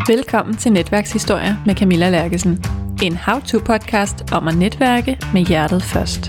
Velkommen til Netværkshistorier med Camilla Lerkesen. En how-to-podcast om at netværke med hjertet først.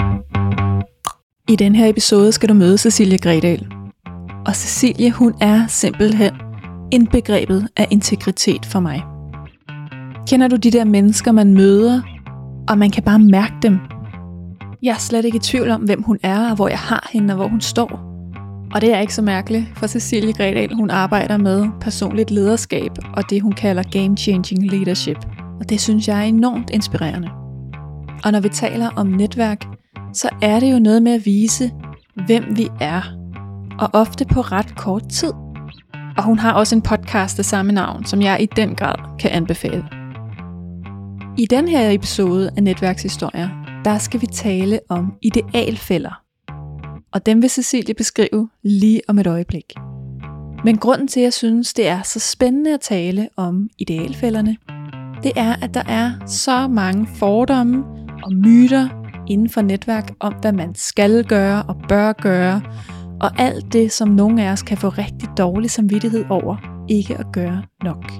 I den her episode skal du møde Cecilie Gredal. Og Cecilie, hun er simpelthen indbegrebet af integritet for mig. Kender du de der mennesker, man møder, og man kan bare mærke dem? Jeg er slet ikke i tvivl om, hvem hun er, og hvor jeg har hende, og hvor hun står. Og det er ikke så mærkeligt, for Cecilie Gredal, hun arbejder med personligt lederskab og det, hun kalder game-changing leadership. Og det synes jeg er enormt inspirerende. Og når vi taler om netværk, så er det jo noget med at vise, hvem vi er. Og ofte på ret kort tid. Og hun har også en podcast af samme navn, som jeg i den grad kan anbefale. I den her episode af Netværkshistorier, der skal vi tale om idealfælder. Og dem vil Cecilie beskrive lige om et øjeblik. Men grunden til, at jeg synes, det er så spændende at tale om idealfælderne, det er, at der er så mange fordomme og myter inden for netværk om, hvad man skal gøre og bør gøre, og alt det, som nogle af os kan få rigtig dårlig samvittighed over, ikke at gøre nok.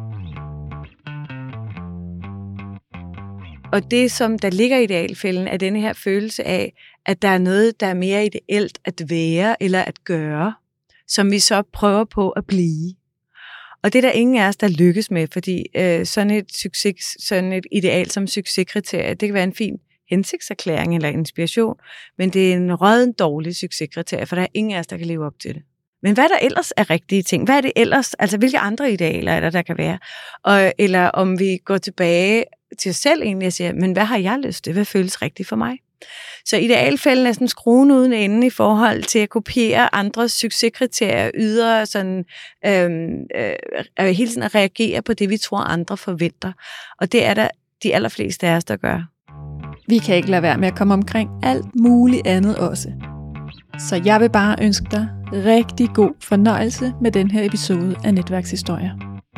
Og det, som der ligger i idealfælden, er denne her følelse af, at der er noget, der er mere ideelt at være eller at gøre, som vi så prøver på at blive. Og det er der ingen af os, der lykkes med, fordi sådan et ideal som succeskriterie, det kan være en fin hensigtserklæring eller inspiration, men det er en rådden dårlig succeskriterie, for der er ingen af os, der kan leve op til det. Men hvad der ellers er rigtige ting? Hvad er det ellers? Altså, hvilke andre idealer er der kan være? Eller om vi går tilbage til os selv egentlig og siger, men hvad har jeg lyst til? Hvad føles rigtigt for mig? Så idealfælden er sådan skruen uden ende i forhold til at kopiere andres succeskriterier, ydre sådan, hele tiden at reagere på det, vi tror, andre forventer. Og det er der de allerfleste af os, der gør. Vi kan ikke lade være med at komme omkring alt muligt andet også. Så jeg vil bare ønske dig rigtig god fornøjelse med den her episode af Netværkshistorier.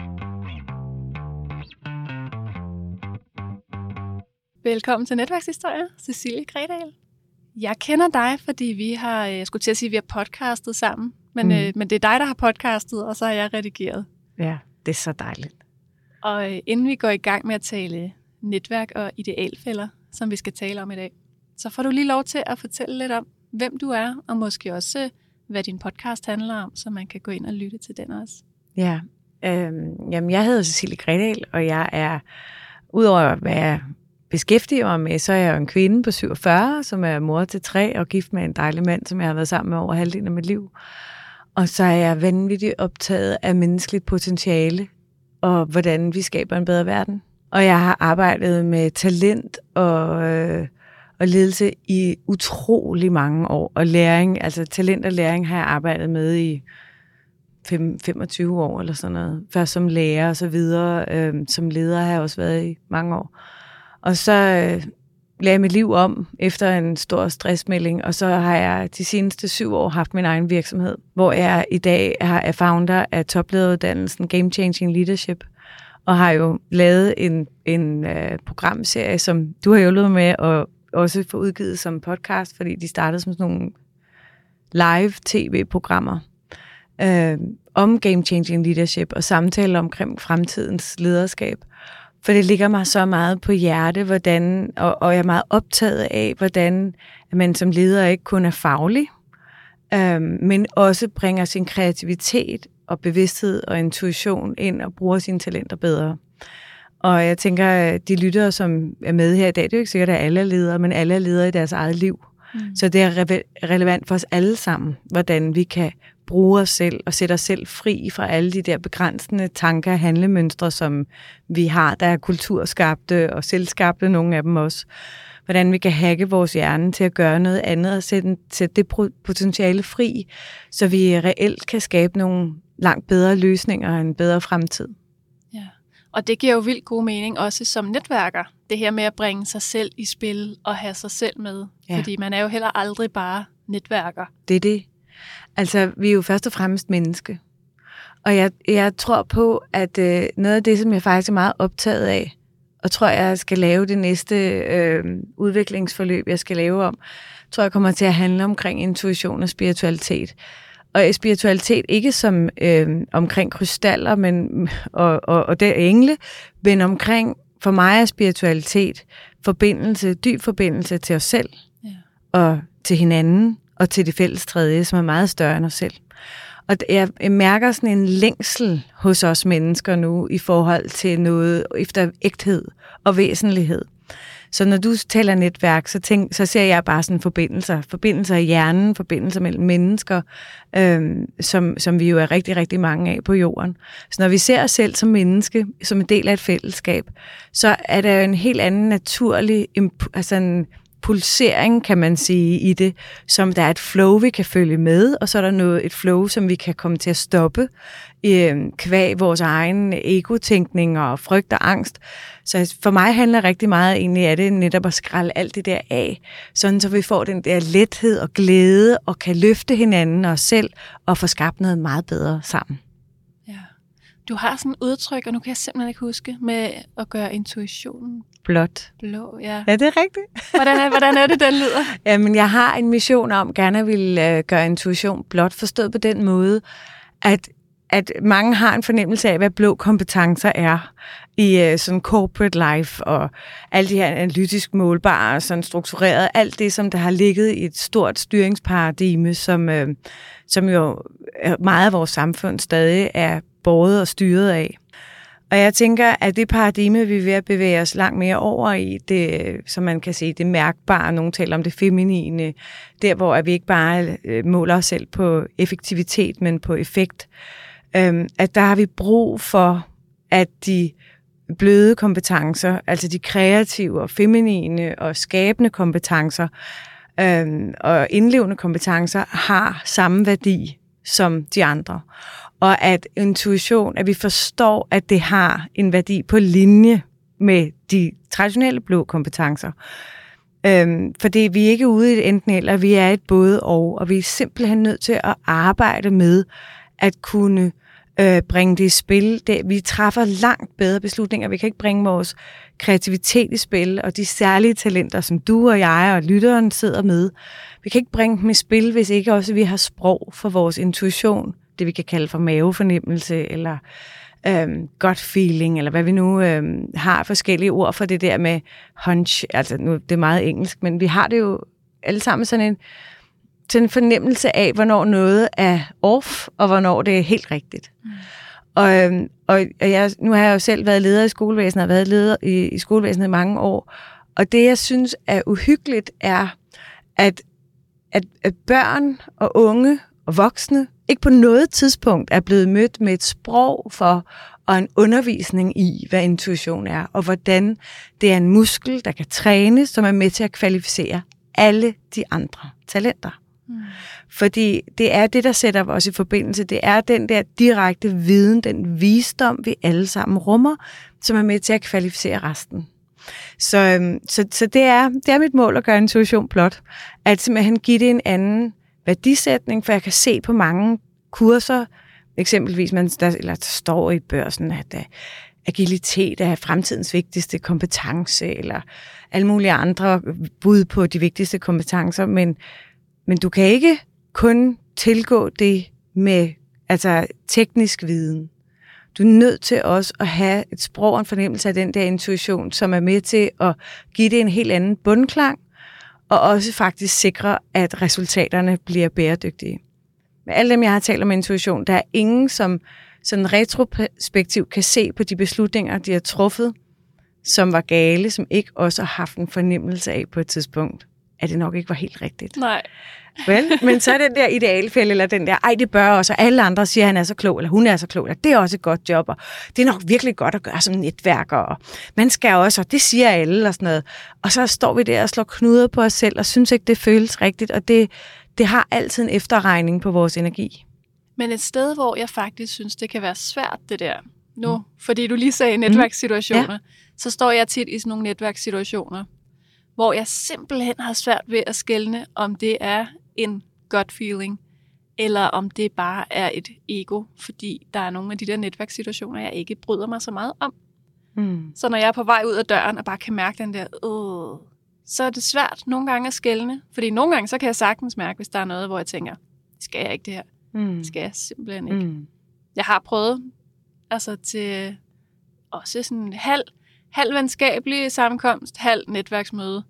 Velkommen til Netværkshistorier, Cecilie Gredal. Jeg kender dig, fordi vi har, jeg skulle til at sige, at vi har podcastet sammen, men det er dig, der har podcastet, og så har jeg redigeret. Ja, det er så dejligt. Og inden vi går i gang med at tale netværk og idealfælder, som vi skal tale om i dag, så får du lige lov til at fortælle lidt om, hvem du er, og måske også, hvad din podcast handler om, så man kan gå ind og lytte til den også. Ja, jamen jeg hedder Cecilie Gredal, og jeg er, udover at være beskæftiger mig med, så er jeg jo en kvinde på 47, som er mor til 3, og gift med en dejlig mand, som jeg har været sammen med over halvdelen af mit liv. Og så er jeg vanvittigt optaget af menneskeligt potentiale, og hvordan vi skaber en bedre verden. Og jeg har arbejdet med talent og ledelse i utrolig mange år. Og læring, altså talent og læring har jeg arbejdet med i 25 år eller sådan noget. Først som lærer og så videre. Som leder har jeg også været i mange år. Og så lagde jeg mit liv om efter en stor stressmelding, og så har jeg de seneste 7 år haft min egen virksomhed, hvor jeg i dag er founder af toplederuddannelsen Game Changing Leadership, og har jo lavet en programserie, som du har hjulpet med at også få udgivet som podcast, fordi de startede som sådan nogle live tv-programmer om Game Changing Leadership og samtaler omkring fremtidens lederskab. For det ligger mig så meget på hjerte, hvordan, og jeg er meget optaget af, hvordan man som leder ikke kun er faglig, men også bringer sin kreativitet og bevidsthed og intuition ind og bruger sine talenter bedre. Og jeg tænker, de lyttere, som er med her i dag, det er jo ikke sikkert, at alle er ledere, men alle er ledere i deres eget liv. Så det er relevant for os alle sammen, hvordan vi kan bruge os selv og sætte os selv fri fra alle de der begrænsende tanker og handlemønstre, som vi har, der er kulturskabte og selvskabte, nogle af dem også. Hvordan vi kan hacke vores hjerne til at gøre noget andet og sætte det potentiale fri, så vi reelt kan skabe nogle langt bedre løsninger og en bedre fremtid. Ja, og det giver jo vildt god mening også som netværker. Det her med at bringe sig selv i spil og have sig selv med. Ja. Fordi man er jo heller aldrig bare netværker. Det er det. Altså, vi er jo først og fremmest menneske. Og jeg tror på, at noget af det, som jeg faktisk er meget optaget af, og tror, jeg skal lave det næste udviklingsforløb, jeg skal lave om, tror jeg kommer til at handle omkring intuition og spiritualitet. Og spiritualitet ikke som omkring krystaller og der engle, men omkring, for mig er spiritualitet dyb forbindelse til os selv, og til hinanden, og til det fælles tredje, som er meget større end os selv. Og jeg mærker sådan en længsel hos os mennesker nu, i forhold til noget efter ægthed og væsentlighed. Så når du taler netværk, så ser jeg bare sådan forbindelser i hjernen, forbindelser mellem mennesker, som vi jo er rigtig, rigtig mange af på jorden. Så når vi ser os selv som menneske, som en del af et fællesskab, så er der jo en helt anden naturlig en pulsering, kan man sige, i det, som der er et flow, vi kan følge med, og så er der et flow, som vi kan komme til at stoppe, kvæg vores egen egotænkning og frygt og angst. Så for mig handler rigtig meget egentlig af det netop at skrælle alt det der af, sådan så vi får den der lethed og glæde, og kan løfte hinanden og os selv, og få skabt noget meget bedre sammen. Ja. Du har sådan et udtryk, og nu kan jeg simpelthen ikke huske, med at gøre intuitionen blå, ja. Ja, det er rigtigt. Hvordan er det, den lyder? Jamen, jeg har en mission om gerne at ville gøre intuition blåt, forstået på den måde, at mange har en fornemmelse af, hvad blå kompetencer er i sådan corporate life, og alle de her analytisk målbare, sådan struktureret, alt det, som der har ligget i et stort styringsparadigme, som jo meget af vores samfund stadig er båret og styret af. Og jeg tænker, at det paradigme, vi er ved at bevæge os langt mere over i, det, som man kan sige, det mærkbare, nogen taler om det feminine, der hvor vi ikke bare måler os selv på effektivitet, men på effekt, at der har vi brug for, at de bløde kompetencer, altså de kreative og feminine og skabende kompetencer og indlevende kompetencer, har samme værdi som de andre. Og at intuition, at vi forstår, at det har en værdi på linje med de traditionelle blå kompetencer. Fordi vi er ikke ude i et enten eller, vi er et både og vi er simpelthen nødt til at arbejde med at kunne bringe det i spil. Vi træffer langt bedre beslutninger. Vi kan ikke bringe vores kreativitet i spil, og de særlige talenter, som du og jeg og lytteren sidder med. Vi kan ikke bringe dem i spil, hvis ikke også vi har sprog for vores intuition, det vi kan kalde for mavefornemmelse, eller gut feeling, eller hvad vi nu har forskellige ord for det der med hunch. Altså nu det er meget engelsk, men vi har det jo alle sammen sådan en fornemmelse af, hvornår noget er off, og hvornår det er helt rigtigt. Og nu har jeg jo selv været leder i skolevæsenet, og været leder i skolevæsenet i mange år, og det jeg synes er uhyggeligt er, at børn og unge og voksne ikke på noget tidspunkt er blevet mødt med et sprog for og en undervisning i, hvad intuition er, og hvordan det er en muskel, der kan trænes, som er med til at kvalificere alle de andre talenter. Fordi det er det, der sætter os i forbindelse. Det er den der direkte viden, den visdom, vi alle sammen rummer, som er med til at kvalificere resten. Så det er mit mål at gøre intuition blot. At simpelthen give det en anden værdisætning, for jeg kan se på mange kurser, eksempelvis der står i børsen, at agilitet er fremtidens vigtigste kompetence, eller alle mulige andre bud på de vigtigste kompetencer, men du kan ikke kun tilgå det med teknisk viden. Du er nødt til også at have et sprog og en fornemmelse af den der intuition, som er med til at give det en helt anden bundklang, og også faktisk sikre, at resultaterne bliver bæredygtige. Med alle dem, jeg har talt om intuition, der er ingen, som sådan retrospektivt kan se på de beslutninger, de har truffet, som var gale, som ikke også har haft en fornemmelse af på et tidspunkt, at det nok ikke var helt rigtigt. Nej. Vel, men så er den der idealfælde, eller den der, det bør også, og alle andre siger, at han er så klog, eller hun er så klog, eller det er også et godt job, og det er nok virkelig godt at gøre som netværker, og man skal også, og det siger alle, og sådan noget. Og så står vi der og slår knuder på os selv, og synes ikke, det føles rigtigt, og det har altid en efterregning på vores energi. Men et sted, hvor jeg faktisk synes, det kan være svært, det der nu, fordi du lige sagde netværkssituationer, så står jeg tit i sådan nogle netværkssituationer, hvor jeg simpelthen har svært ved at skelne, om det er en gut feeling, eller om det bare er et ego, fordi der er nogle af de der netværkssituationer, jeg ikke bryder mig så meget om. Så når jeg er på vej ud af døren, og bare kan mærke den der, så er det svært nogle gange at skelne, fordi nogle gange, så kan jeg sagtens mærke, hvis der er noget, hvor jeg tænker, skal jeg ikke det her? Det skal jeg simpelthen ikke. Jeg har prøvet altså til også sådan halv venskabelig sammenkomst, halv netværksmøde.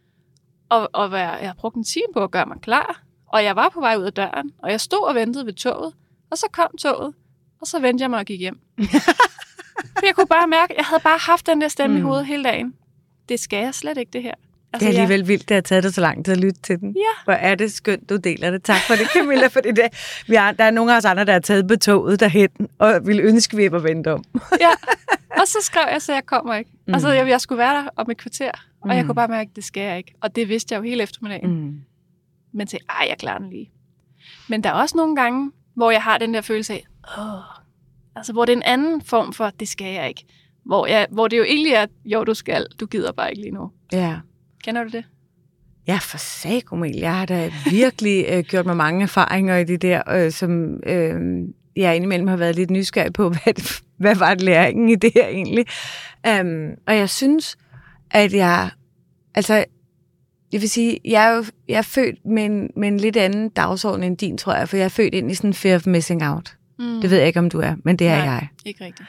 Og jeg har brugt en time på at gøre mig klar. Og jeg var på vej ud af døren, og jeg stod og ventede ved toget. Og så kom toget, og så vendte jeg mig og gik hjem. For jeg kunne bare mærke, at jeg havde bare haft den der stemme i hovedet hele dagen. Det skal jeg slet ikke, det her. Altså, det er alligevel vildt, det har taget dig så lang tid at lytte til den. Ja. Hvor er det skønt, du deler det. Tak for det, Camilla, for det. Der er nogle af os andre, der har taget på toget derhen, og ville ønske, vi var vendt om. Ja, og så skrev jeg, så jeg kommer ikke. Altså, jeg skulle være der om et kvarter, og jeg kunne bare mærke, at det skal jeg ikke. Og det vidste jeg jo hele eftermiddagen. Men til, jeg klarer den lige. Men der er også nogle gange, hvor jeg har den der følelse af, altså hvor det er en anden form for, det skal jeg ikke. Hvor det jo egentlig er, jo du skal, du gider bare ikke lige nu. Ja. Kender du det? Ja, for sag, jeg har da virkelig gjort mig mange erfaringer i det der, som jeg indimellem har været lidt nysgerrig på, hvad var det læringen i det her egentlig. Og jeg synes, at jeg vil sige, jeg er født med en lidt anden dagsorden end din, tror jeg, for jeg er født ind i sådan en fear of missing out. Det ved jeg ikke, om du er, men det er jeg. Ikke rigtigt.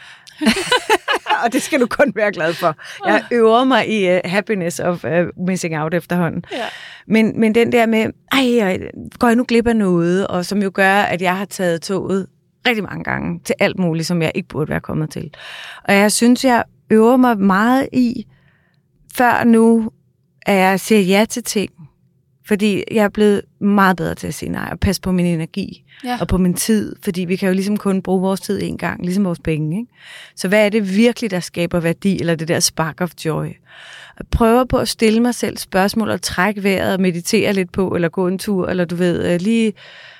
Og det skal du kun være glad for. Jeg øver mig i happiness of missing out efterhånden. Ja. Men den der med, går jeg nu glip af noget, og som jo gør, at jeg har taget toget rigtig mange gange til alt muligt, som jeg ikke burde være kommet til. Og jeg synes, jeg øver mig meget i, før nu, at jeg siger ja til ting. Fordi jeg er blevet meget bedre til at sige nej, og passe på min energi og på min tid. Fordi vi kan jo ligesom kun bruge vores tid en gang, ligesom vores penge. Ikke? Så hvad er det virkelig, der skaber værdi, eller det der spark of joy? Jeg prøver på at stille mig selv spørgsmål, og trække vejret, og meditere lidt på, eller gå en tur, eller du ved, lige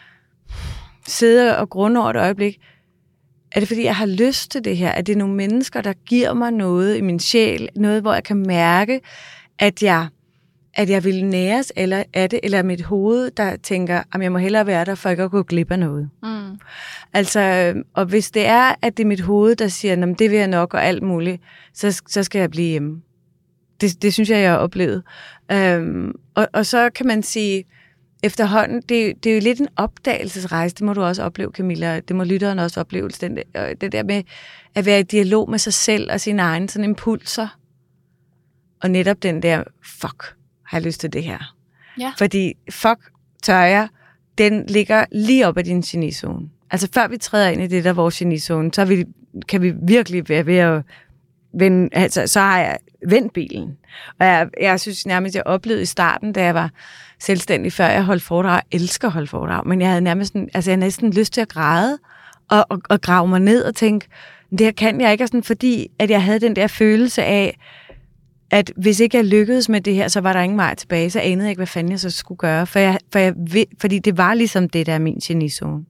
sidde og grunde over et øjeblik. Er det fordi, jeg har lyst til det her? Er det nogle mennesker, der giver mig noget i min sjæl? Noget, hvor jeg kan mærke, at jeg vil næres, eller er det, eller mit hoved, der tænker, at jeg må hellere være der, for ikke at gå glip af noget. Altså, og hvis det er, at det er mit hoved, der siger, det vil jeg nok, og alt muligt, så skal jeg blive hjemme. Det synes jeg har oplevet. Og så kan man sige, efterhånden, det er jo lidt en opdagelsesrejse, det må du også opleve, Camilla, det må lytteren også opleve, det der med at være i dialog med sig selv og sine egne sådan impulser, og netop den der, har jeg lyst til det her. Ja. Fordi tør jeg, den ligger lige op ad din genizone. Altså før vi træder ind i det der vores genizone, så kan vi virkelig være ved at vende, altså så har jeg vendt bilen. Og jeg synes nærmest, jeg oplevede i starten, da jeg var selvstændig, før jeg holdt foredrag, jeg elsker at holde foredrag, men jeg havde næsten lyst til at græde og grave mig ned og tænke, det her kan jeg ikke, sådan, fordi at jeg havde den der følelse af, at hvis ikke jeg lykkedes med det her, så var der ingen vej tilbage, så anede jeg ikke, hvad fanden jeg så skulle gøre, fordi det var ligesom det, der er min genizone.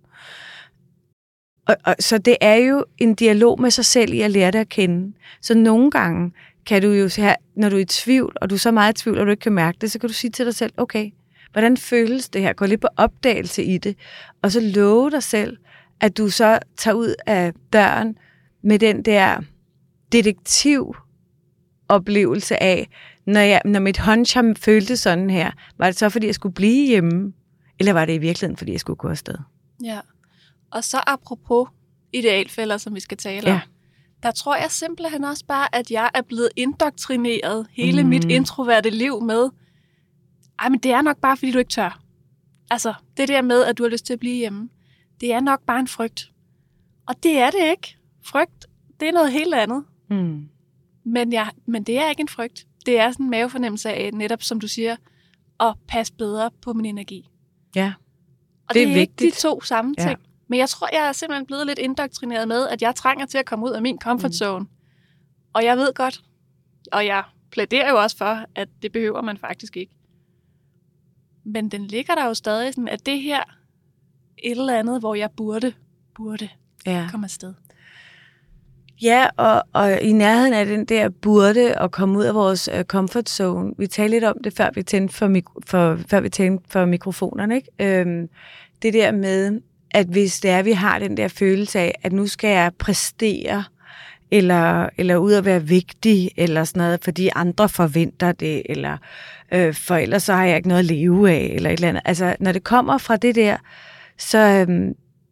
Og så det er jo en dialog med sig selv i at lære det at kende. Så nogle gange kan du jo, når du er i tvivl, og du er så meget i tvivl, og du ikke kan mærke det, så kan du sige til dig selv, okay, hvordan føles det her? Gå lidt på opdagelse i det, og så love dig selv, at du så tager ud af døren med den der detektivoplevelse af, når mit hunch følte sådan her, var det så, fordi jeg skulle blive hjemme, eller var det i virkeligheden, fordi jeg skulle gå afsted? Ja, og så apropos idealfælder, som vi skal tale om, der tror jeg simpelthen også bare, at jeg er blevet indoktrineret hele mit introverte liv med, men det er nok bare, fordi du ikke tør. Altså, det der med, at du har lyst til at blive hjemme, det er nok bare en frygt. Og det er det ikke. Frygt, det er noget helt andet. Men det er ikke en frygt. Det er sådan en mavefornemmelse af, netop som du siger, at passe bedre på min energi. Ja, og det er vigtigt. Ikke de to samme ting. Men jeg tror, jeg er simpelthen blevet lidt indoktrineret med, at jeg trænger til at komme ud af min comfort zone. Og jeg ved godt, og jeg plæderer jo også for, at det behøver man faktisk ikke. Men den ligger der jo stadig sådan, at det her et eller andet, hvor jeg burde komme afsted. Ja, og i nærheden af den der burde at komme ud af vores comfort zone. Vi talte lidt om det, før vi tændte for mikrofonerne, ikke? Det der med, at hvis det er, vi har den der følelse af, at nu skal jeg præstere, eller ud at være vigtig, eller sådan noget, fordi andre forventer det, eller for ellers så har jeg ikke noget at leve af, eller et eller andet. Altså, når det kommer fra det der,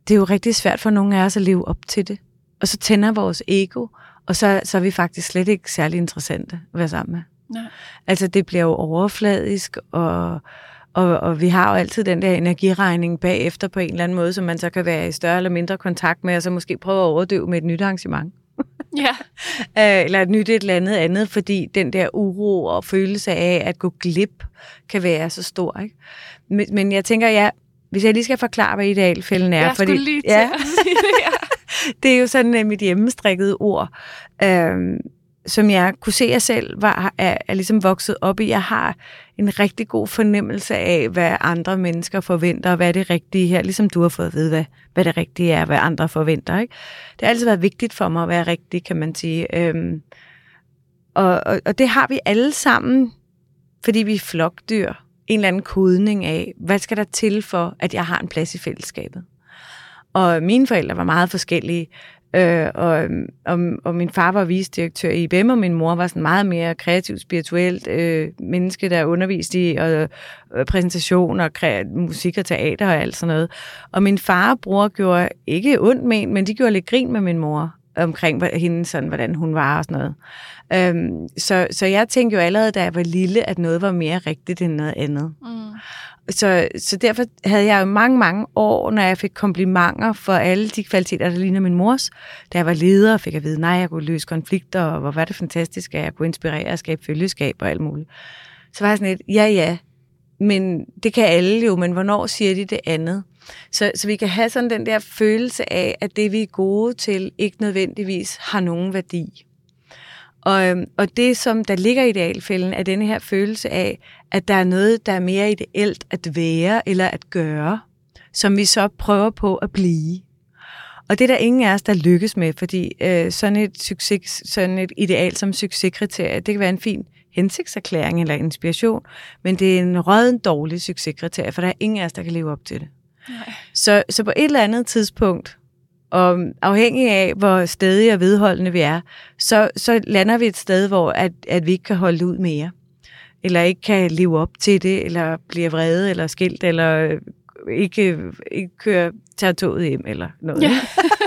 det er jo rigtig svært for nogle af os at leve op til det. Og så tænder vores ego, og så er vi faktisk slet ikke særlig interessante at være sammen med. Nej. Altså det bliver jo overfladisk, og vi har jo altid den der energiregning bagefter på en eller anden måde, som man så kan være i større eller mindre kontakt med, og så måske prøve at overdøve med et nyt arrangement. Ja. Eller et nyt et eller andet, fordi den der uro og følelse af at gå glip kan være så stor, ikke? Men jeg tænker, hvis jeg lige skal forklare, hvad idealfælden er. Jeg skulle lige til at sige det, ja. Det er jo sådan mit hjemmestrikkede ord, som jeg kunne se, jeg selv er ligesom vokset op i. Jeg har en rigtig god fornemmelse af, hvad andre mennesker forventer, og hvad det rigtige her, ligesom du har fået at vide, hvad det rigtige er, hvad andre forventer. Ikke? Det har altid været vigtigt for mig at være rigtig, kan man sige. Og det har vi alle sammen, fordi vi er flokdyr. En eller anden kodning af, hvad skal der til for, at jeg har en plads i fællesskabet. Og mine forældre var meget forskellige, og min far var vicedirektør i IBM, og min mor var sådan meget mere kreativt, spirituelt menneske, der underviste i præsentation og musik og teater og alt sådan noget. Og min far og bror gjorde ikke ondt med en, men de gjorde lidt grin med min mor omkring hende, sådan, hvordan hun var og sådan noget. Så jeg tænkte jo allerede, da jeg var lille, at noget var mere rigtigt end noget andet. Så derfor havde jeg jo mange år, når jeg fik komplimenter for alle de kvaliteter, der ligner min mors. Da jeg var leder, fik jeg at vide, nej, jeg kunne løse konflikter, og hvor var det fantastisk, at jeg kunne inspirere og skabe følgeskab og alt muligt. Så var jeg sådan lidt, ja, men det kan alle jo, men hvornår siger de det andet? Så vi kan have sådan den der følelse af, at det, vi er gode til, ikke nødvendigvis har nogen værdi. Og det, som der ligger i idealfælden, er denne her følelse af, at der er noget, der er mere ideelt at være eller at gøre, som vi så prøver på at blive. Og det er der ingen af os, der lykkes med, fordi sådan et ideal som succeskriterie, det kan være en fin hensigtserklæring eller inspiration, men det er en rådden dårlig succeskriterie, for der er ingen af os, der kan leve op til det. Nej. Så på et eller andet tidspunkt, og afhængig af, hvor stedige og vedholdende vi er, så lander vi et sted, hvor at vi ikke kan holde ud mere. Eller ikke kan leve op til det, eller bliver vrede, eller skilt, eller ikke tager toget hjem, eller noget. Ja.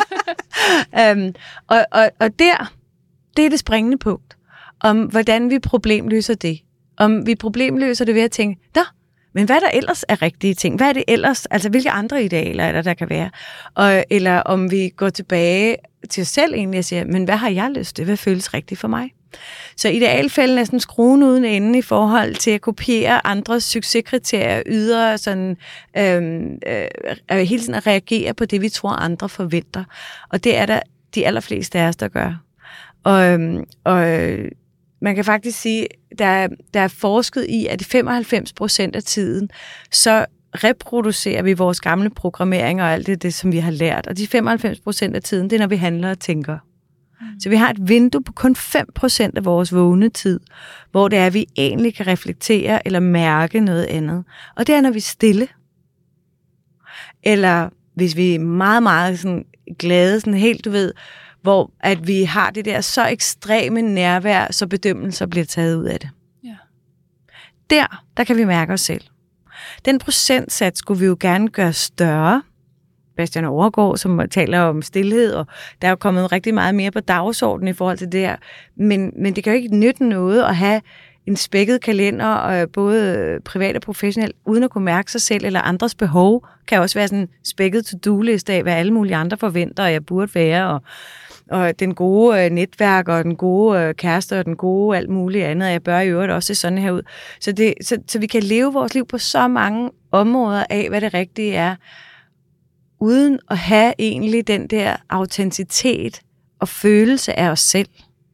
Og det er det springende punkt. Om hvordan vi problemløser det. Om vi problemløser det ved at tænke, men hvad er der ellers er rigtige ting? Hvad er det ellers? Altså, hvilke andre idealer er der kan være? Eller om vi går tilbage til os selv egentlig og siger, men hvad har jeg lyst til? Hvad føles rigtigt for mig? Så idealfælden er sådan skruen uden ende i forhold til at kopiere andres succeskriterier, ydre sådan, hele tiden at reagere på det, vi tror, andre forventer. Og det er der de allerfleste af os, der gør. Og man kan faktisk sige, der er forsket i, at 95% af tiden, så reproducerer vi vores gamle programmeringer og alt det, som vi har lært. Og de 95% af tiden, det er, når vi handler og tænker. Så vi har et vindue på kun 5% af vores vågne tid, hvor det er, at vi egentlig kan reflektere eller mærke noget andet. Og det er, når vi er stille. Eller hvis vi er meget, meget sådan glade, sådan helt, du ved, hvor at vi har det der så ekstreme nærvær, så bedømmelser bliver taget ud af det. Ja. Der kan vi mærke os selv. Den procentsats skulle vi jo gerne gøre større. Bastian Overgaard, som taler om stilhed, og der er jo kommet rigtig meget mere på dagsordenen i forhold til det her. Men det kan jo ikke nytte noget at have en spækket kalender, både privat og professionelt, uden at kunne mærke sig selv eller andres behov. Kan også være sådan en spækket to-do-liste af, hvad alle mulige andre forventer, og jeg burde være, og den gode netværk, og den gode kæreste, og den gode alt muligt andet, og jeg bør i øvrigt også se sådan her ud. Så vi kan leve vores liv på så mange områder af, hvad det rigtige er, uden at have egentlig den der autenticitet og følelse af os selv.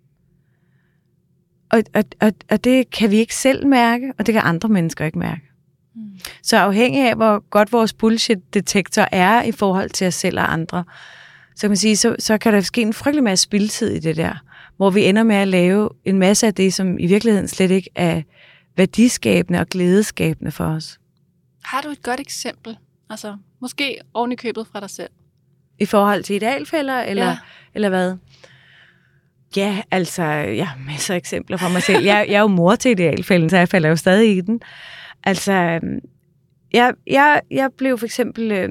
Og det kan vi ikke selv mærke, og det kan andre mennesker ikke mærke. Så afhængig af, hvor godt vores bullshit-detektor er i forhold til os selv og andre, så kan man sige, så kan der ske en frygtelig masse spildtid i det der, hvor vi ender med at lave en masse af det, som i virkeligheden slet ikke er værdiskabende og glædeskabende for os. Har du et godt eksempel? Altså, måske oven i købet fra dig selv? I forhold til idealfælder, eller hvad? Ja, altså, jeg har masser af eksempler fra mig selv. Jeg er jo mor til idealfælden, så jeg falder jo stadig i den. Altså, jeg blev for eksempel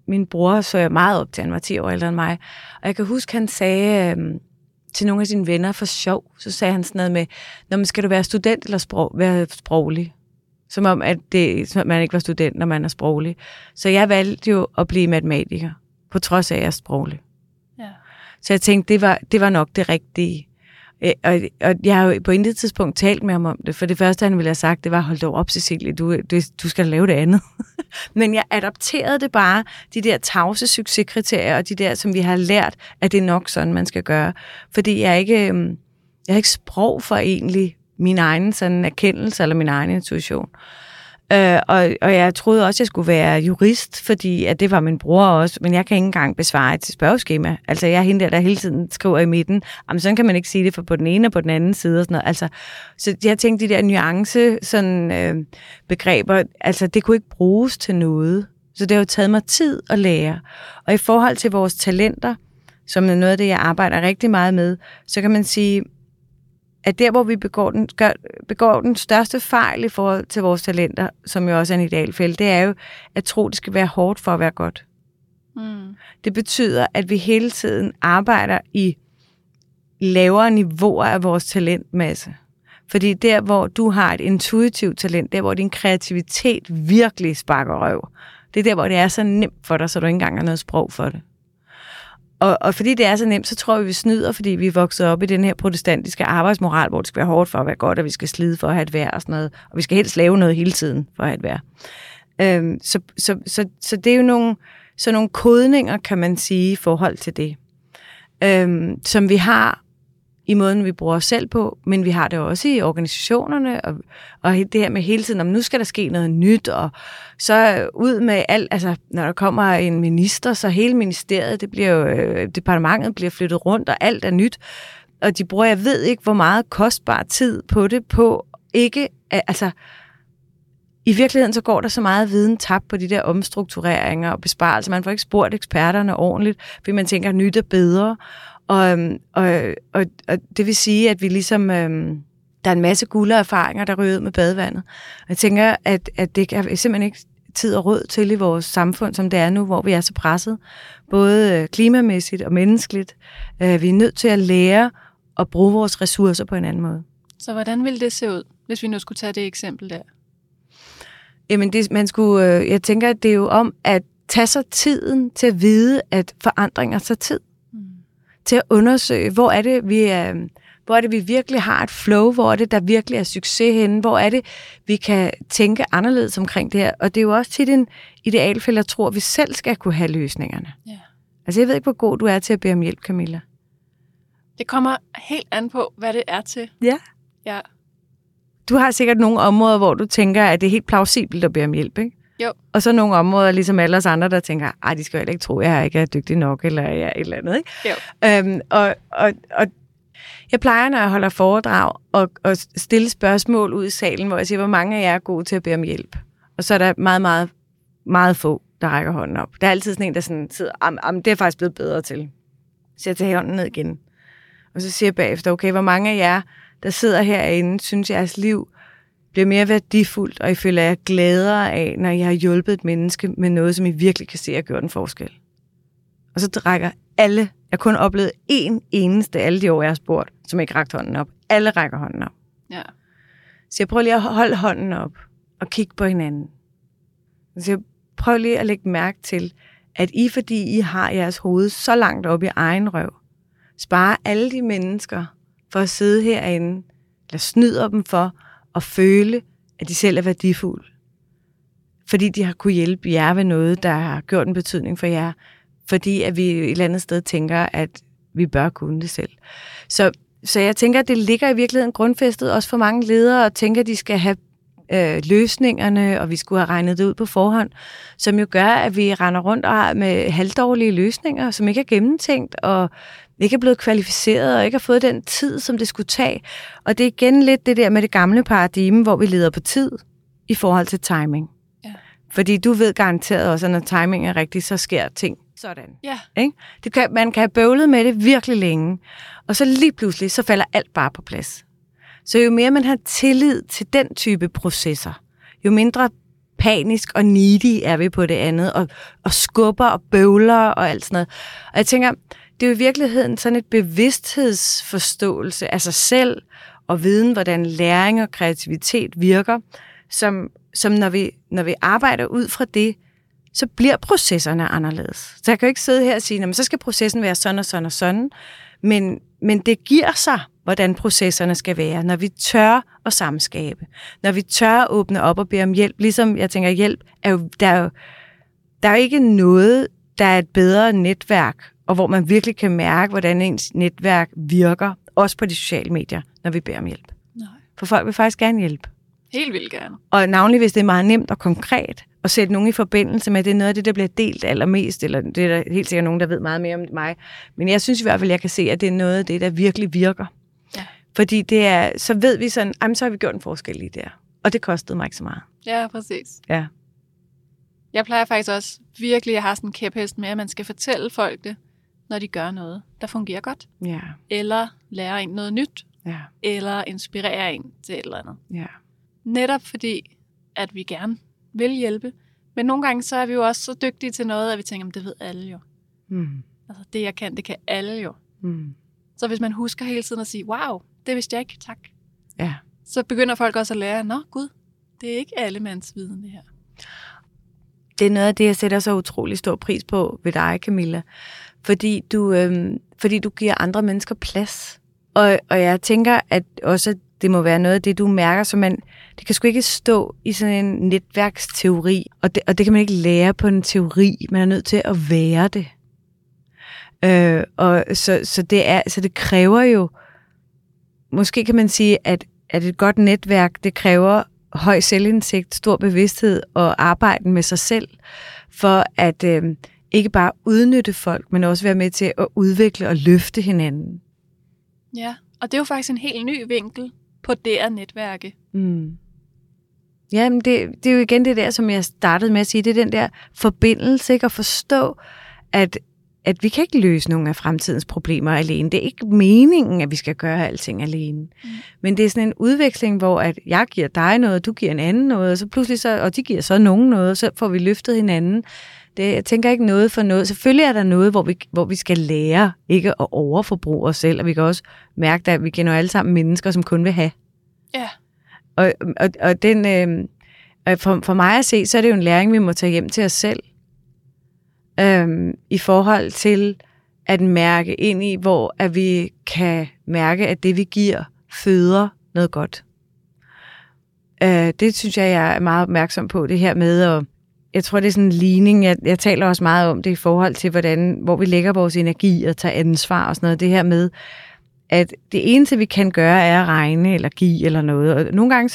min bror så jeg meget op til, han var 10 år ældre end mig. Og jeg kan huske, han sagde til nogle af sine venner for sjov, så sagde han sådan noget med, når man skal du være student eller være sproglig? Som om, at man ikke var student, når man er sproglig. Så jeg valgte jo at blive matematiker, på trods af, at jeg er sproglig. Ja. Så jeg tænkte, det var nok det rigtige. Og jeg har jo på intet tidspunkt talt med ham om det, for det første, han ville have sagt, det var, hold dog op, Cecilie, du skal lave det andet. Men jeg adopterede det bare, de der tavse succeskriterier, og de der, som vi har lært, at det er nok sådan, man skal gøre. Fordi jeg har ikke sprog for egentlig min egen sådan erkendelse, eller min egen intuition. Og jeg troede også, at jeg skulle være jurist, fordi at det var min bror også, men jeg kan ikke engang besvare et spørgeskema. Altså, jeg er hende der hele tiden skriver i midten. Jamen, sådan kan man ikke sige det for på den ene og på den anden side og sådan noget. Altså, så jeg tænkte, de der nuance sådan, begreber, altså, det kunne ikke bruges til noget. Så det har jo taget mig tid at lære. Og i forhold til vores talenter, som er noget af det, jeg arbejder rigtig meget med, så kan man sige, at der, hvor vi begår den største fejl i forhold til vores talenter, som jo også er en idealfælde, det er jo at tro, det skal være hårdt for at være godt. Mm. Det betyder, at vi hele tiden arbejder i lavere niveauer af vores talentmasse. Fordi der, hvor du har et intuitivt talent, der, hvor din kreativitet virkelig sparker røv, det er der, hvor det er så nemt for dig, så du ikke engang har noget sprog for det. Og fordi det er så nemt, så tror vi snyder, fordi vi er vokset op i den her protestantiske arbejdsmoral, hvor det skal være hårdt for at være godt, og vi skal slide for at have et vejr og sådan noget. Og vi skal helst lave noget hele tiden for at have et vejr. Så det er jo nogle kodninger, kan man sige, i forhold til det. Som vi har i måden, vi bruger os selv på, men vi har det også i organisationerne, og det her med hele tiden, om nu skal der ske noget nyt, og så ud med alt, altså når der kommer en minister, så hele ministeriet, det bliver jo, departementet bliver flyttet rundt, og alt er nyt, og de bruger, jeg ved ikke, hvor meget kostbar tid på det, på ikke, altså i virkeligheden så går der så meget viden tabt på de der omstruktureringer og besparelser, man får ikke spurgt eksperterne ordentligt, fordi man tænker, at nyt er bedre. Og det vil sige, at vi ligesom, der er en masse gulderfaringer, der ryger ud med badevandet. Og jeg tænker, at det kan simpelthen ikke tid og råd til i vores samfund, som det er nu, hvor vi er så presset. Både klimamæssigt og menneskeligt. Vi er nødt til at lære at bruge vores ressourcer på en anden måde. Så hvordan ville det se ud, hvis vi nu skulle tage det eksempel der? Jamen, jeg tænker, at det er jo om at tage sig tiden til at vide, at forandringer tager tid. Til at undersøge, hvor er det, vi virkelig har et flow, hvor er det, der virkelig er succes henne, hvor er det, vi kan tænke anderledes omkring det her. Og det er jo også tit en idealfælde, at tro, at vi selv skal kunne have løsningerne. Ja. Altså, jeg ved ikke, hvor god du er til at bede om hjælp, Camilla. Det kommer helt an på, hvad det er til. Ja. Du har sikkert nogle områder, hvor du tænker, at det er helt plausibelt at bede om hjælp, ikke? Jo. Og så nogle områder, ligesom alle os andre, der tænker, de skal jo ikke tro, at jeg ikke er dygtig nok, eller jeg er et eller andet, ikke? Jo. Og jeg plejer, når jeg holder foredrag, at stille spørgsmål ud i salen, hvor jeg siger, hvor mange af jer er gode til at bede om hjælp? Og så er der meget, meget, meget få, der rækker hånden op. Der er altid sådan en, der sådan sidder, det er faktisk blevet bedre til. Så jeg tager hånden ned igen. Og så siger jeg bagefter, okay, hvor mange af jer, der sidder herinde, synes jeres liv bliver mere værdifuldt, og I føler jer gladere af, når I har hjulpet et menneske med noget, som I virkelig kan se har gjort en forskel. Og så rækker alle, jeg har kun oplevet én eneste alle de år, jeg har spurgt, som ikke rakte hånden op. Alle rækker hånden op. Ja. Så jeg prøver lige at holde hånden op og kigge på hinanden. Så jeg prøver lige at lægge mærke til, at fordi I har jeres hoved så langt op i egen røv, sparer alle de mennesker for at sidde herinde, eller snyder dem for at føle, at de selv er værdifulde. Fordi de har kunne hjælpe jer ved noget, der har gjort en betydning for jer. Fordi at vi et eller andet sted tænker, at vi bør kunne det selv. Så jeg tænker, at det ligger i virkeligheden grundfæstet også for mange ledere, og tænker, at de skal have løsningerne, og vi skulle have regnet det ud på forhånd, som jo gør, at vi render rundt med halvdårlige løsninger, som ikke er gennemtænkt, og ikke er blevet kvalificeret, og ikke har fået den tid, som det skulle tage. Og det er igen lidt det der med det gamle paradigme, hvor vi leder på tid i forhold til timing. Ja. Fordi du ved garanteret også, at når timing er rigtig, så sker ting sådan. Ja. Ikke? Man kan have bøvlet med det virkelig længe, og så lige pludselig, så falder alt bare på plads. Så jo mere man har tillid til den type processer, jo mindre panisk og needy er vi på det andet, og skubber og bøvler og alt sådan noget. Og jeg tænker, det er jo i virkeligheden sådan et bevidsthedsforståelse af sig selv, og viden, hvordan læring og kreativitet virker, som når vi arbejder ud fra det, så bliver processerne anderledes. Så jeg kan jo ikke sidde her og sige, så skal processen være sådan og sådan og sådan, men det giver sig, hvordan processerne skal være, når vi tør at samskabe, når vi tør at åbne op og bede om hjælp. Ligesom jeg tænker, hjælp er jo, der er jo ikke noget, der er et bedre netværk, og hvor man virkelig kan mærke, hvordan ens netværk virker, også på de sociale medier, når vi beder om hjælp. Nej. For folk vil faktisk gerne hjælpe. Helt vildt gerne. Og navnlig, hvis det er meget nemt og konkret, at sætte nogen i forbindelse med, det er noget af det, der bliver delt allermest, eller det er der helt sikkert nogen, der ved meget mere om mig. Men jeg synes i hvert fald, jeg kan se, at det er noget af det, der virkelig virker. Ja. Fordi det er, så ved vi sådan, så har vi gjort en forskel lige der. Og det kostede mig ikke så meget. Ja, præcis. Ja. Jeg plejer faktisk også virkelig at have sådan en kæphest med, at man skal fortælle folk det, når de gør noget, der fungerer godt. Ja. Eller lære en noget nyt. Ja. Eller inspirere en til et eller andet. Ja. Netop fordi, at vi gerne vil hjælpe. Men nogle gange så er vi jo også så dygtige til noget, at vi tænker, det ved alle jo. Altså det jeg kan, det kan alle jo. Så hvis man husker hele tiden at sige, wow, det vidste jeg ikke, tak. Ja. Så begynder folk også at lære, nå gud, det er ikke allemands viden det her. Det er noget af det, jeg sætter så utrolig stor pris på ved dig, Camilla. Fordi du giver andre mennesker plads. Og jeg tænker, at også det må være noget af det, du mærker, så det kan sgu ikke stå i sådan en netværksteori, og det kan man ikke lære på en teori. Man er nødt til at være det. Så det kræver jo, måske kan man sige, at et godt netværk, det kræver høj selvindsigt, stor bevidsthed og arbejde med sig selv, for at ikke bare udnytte folk, men også være med til at udvikle og løfte hinanden. Ja, og det er jo faktisk en helt ny vinkel på det at netværke. Jamen, det er jo igen det der, som jeg startede med at sige, det er den der forbindelse, ikke? At forstå, at vi kan ikke løse nogle af fremtidens problemer alene. Det er ikke meningen, at vi skal gøre alting alene. Men det er sådan en udveksling, hvor at jeg giver dig noget, du giver en anden noget, og så pludselig og de giver så nogen noget, og så får vi løftet hinanden. Jeg tænker ikke noget for noget. Selvfølgelig er der noget, hvor vi skal lære ikke at overforbruge os selv, og vi kan også mærke, at vi kender alle sammen mennesker, som kun vil have. Ja. Og den, for mig at se, så er det jo en læring, vi må tage hjem til os selv. I forhold til at mærke ind i, hvor at vi kan mærke, at det vi giver, føder noget godt. Det synes jeg er meget opmærksom på, det her med, og jeg tror, det er sådan en ligning, jeg taler også meget om det i forhold til, hvor vi lægger vores energi og tager ansvar og sådan noget. Det her med, at det eneste, vi kan gøre, er at regne eller give eller noget. Og nogle gange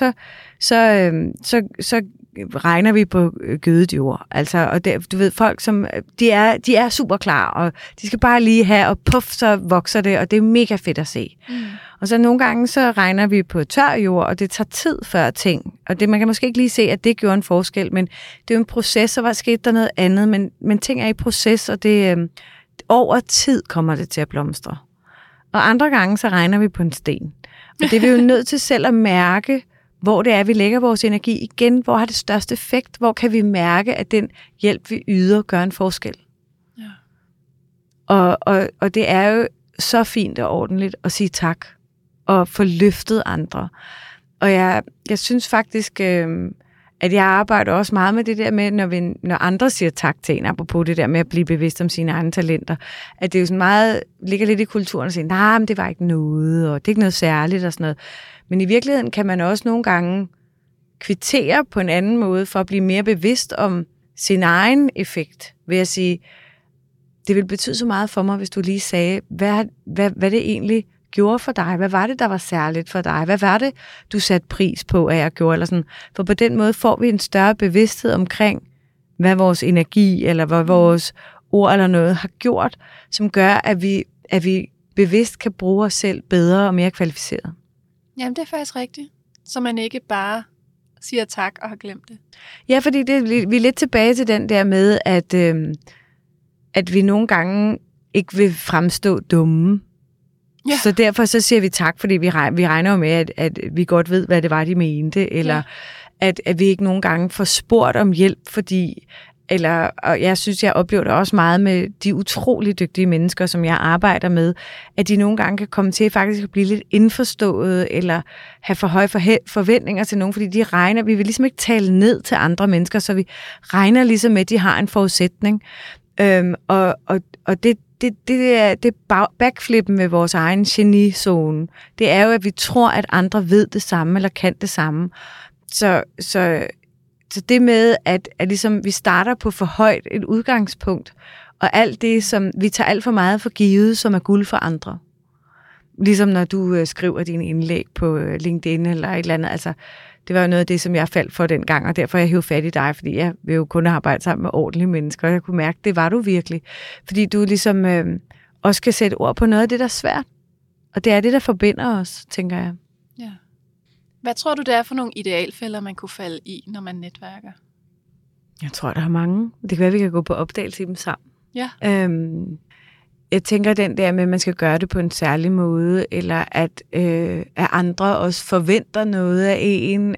så regner vi på gødet jord. Altså, og du ved, folk som, de er super klar, og de skal bare lige have, og puff, så vokser det, og det er mega fedt at se. Og så nogle gange, så regner vi på tør jord, og det tager tid før ting. Og man kan måske ikke lige se, at det gjorde en forskel, men det er jo en proces, og var sket der noget andet, men ting er i proces, og det over tid kommer det til at blomstre. Og andre gange, så regner vi på en sten. Og det er vi jo nødt til selv at mærke, hvor det er, vi lægger vores energi igen, hvor har det største effekt, hvor kan vi mærke, at den hjælp, vi yder, gør en forskel. Ja. Og det er jo så fint og ordentligt at sige tak, og få løftet andre. Og jeg synes faktisk, at jeg arbejder også meget med det der med, når andre siger tak til en, apropos det der med at blive bevidst om sine egne talenter, at det jo sådan meget, ligger lidt i kulturen og siger, nej, men det var ikke noget, og det er ikke noget særligt og sådan noget. Men i virkeligheden kan man også nogle gange kvittere på en anden måde, for at blive mere bevidst om sin egen effekt, ved at sige, det vil betyde så meget for mig, hvis du lige sagde, hvad det egentlig gjorde for dig. Hvad var det, der var særligt for dig? Hvad var det, du satte pris på, at jeg gjorde? Eller sådan. For på den måde får vi en større bevidsthed omkring, hvad vores energi, eller hvad vores ord eller noget har gjort, som gør, at vi bevidst kan bruge os selv bedre og mere kvalificeret. Jamen, det er faktisk rigtigt. Så man ikke bare siger tak og har glemt det. Ja, fordi vi er lidt tilbage til den der med, at vi nogle gange ikke vil fremstå dumme. Ja. Så derfor så siger vi tak, fordi vi regner jo med, at vi godt ved, hvad det var, de mente, eller at vi ikke nogle gange får spurgt om hjælp, og jeg synes, jeg oplever det også meget med de utrolig dygtige mennesker, som jeg arbejder med, at de nogle gange kan komme til faktisk at blive lidt indforstået, eller have for høje forventninger til nogen, fordi vi vil ligesom ikke tale ned til andre mennesker, så vi regner ligesom med, at de har en forudsætning. Og det backflippen med vores egen genizone, det er jo, at vi tror, at andre ved det samme, eller kan det samme. Så det med, at ligesom vi starter på for højt et udgangspunkt, og alt det, som vi tager alt for meget for givet, som er guld for andre. Ligesom når du skriver dine indlæg på LinkedIn eller et eller andet. Altså, det var jo noget af det, som jeg faldt for dengang, og derfor jeg hævde fat i dig, fordi jeg vil jo kun arbejde sammen med ordentlige mennesker, og jeg kunne mærke, det var du virkelig. Fordi du ligesom også kan sætte ord på noget af det, der er svært. Og det er det, der forbinder os, tænker jeg. Ja. Hvad tror du, det er for nogle idealfælder, man kunne falde i, når man netværker? Jeg tror, der er mange. Det kan være, vi kan gå på opdagelse i dem sammen. Ja. Jeg tænker den der med, at man skal gøre det på en særlig måde, eller at andre også forventer noget af en,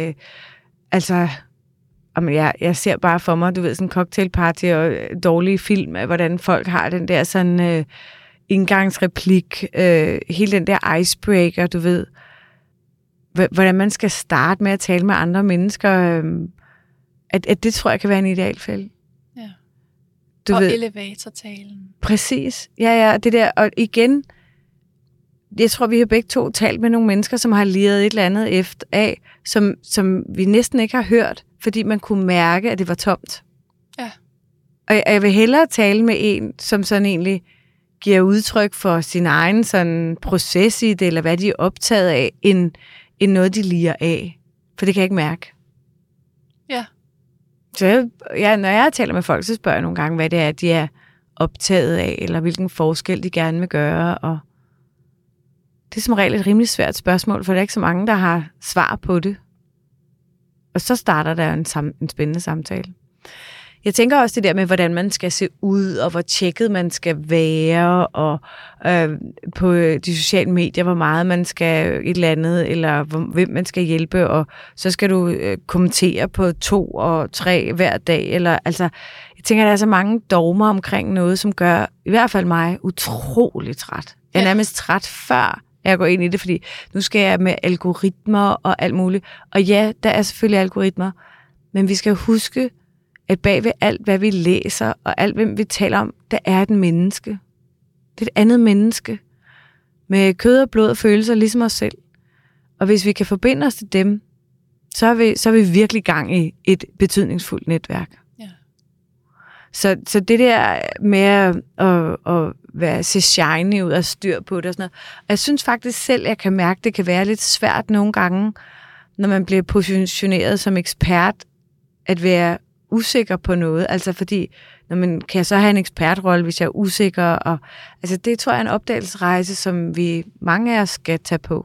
jeg ser bare for mig, du ved, sådan en cocktailparty og dårlige film af, hvordan folk har den der sådan indgangsreplik, hele den der icebreaker, du ved, hvordan man skal starte med at tale med andre mennesker, at det tror jeg kan være en idealfælde. Ja. Du og ved, elevatortalen. Præcis. Ja, det der. Og igen, jeg tror, vi har begge to talt med nogle mennesker, som har liret et eller andet efter af, som vi næsten ikke har hørt, fordi man kunne mærke, at det var tomt. Ja. Og jeg vil hellere tale med en, som sådan egentlig giver udtryk for sin egen sådan proces i det, eller hvad de er optaget af, end noget, de lirer af. For det kan jeg ikke mærke. Ja. Så når jeg taler med folk, så spørger jeg nogle gange, hvad det er, de er optaget af, eller hvilken forskel de gerne vil gøre. Og det er som regel et rimelig svært spørgsmål, for der er ikke så mange, der har svar på det. Og så starter der en spændende samtale. Jeg tænker også det der med, hvordan man skal se ud, og hvor tjekket man skal være, og på de sociale medier, hvor meget man skal et eller andet, eller hvem man skal hjælpe, og så skal du kommentere på 2 og 3 hver dag. Eller, altså, jeg tænker, der er så mange dogmer omkring noget, som gør i hvert fald mig utrolig træt. Jeg er nærmest træt før jeg går ind i det, fordi nu skal jeg med algoritmer og alt muligt. Og ja, der er selvfølgelig algoritmer, men vi skal huske, at bag ved alt, hvad vi læser, og alt, hvem vi taler om, der er et menneske. Det er et andet menneske. Med kød og blod og følelser, ligesom os selv. Og hvis vi kan forbinde os til dem, så er vi virkelig gang i et betydningsfuldt netværk. Ja. Så det der med at være se shiny ud og styr på det og sådan noget. Og jeg synes faktisk selv, jeg kan mærke, det kan være lidt svært nogle gange, når man bliver positioneret som ekspert, at være usikker på noget, altså fordi, kan jeg så have en ekspertrolle, hvis jeg er usikker, og altså det tror jeg er en opdagelsesrejse, som mange af os skal tage på,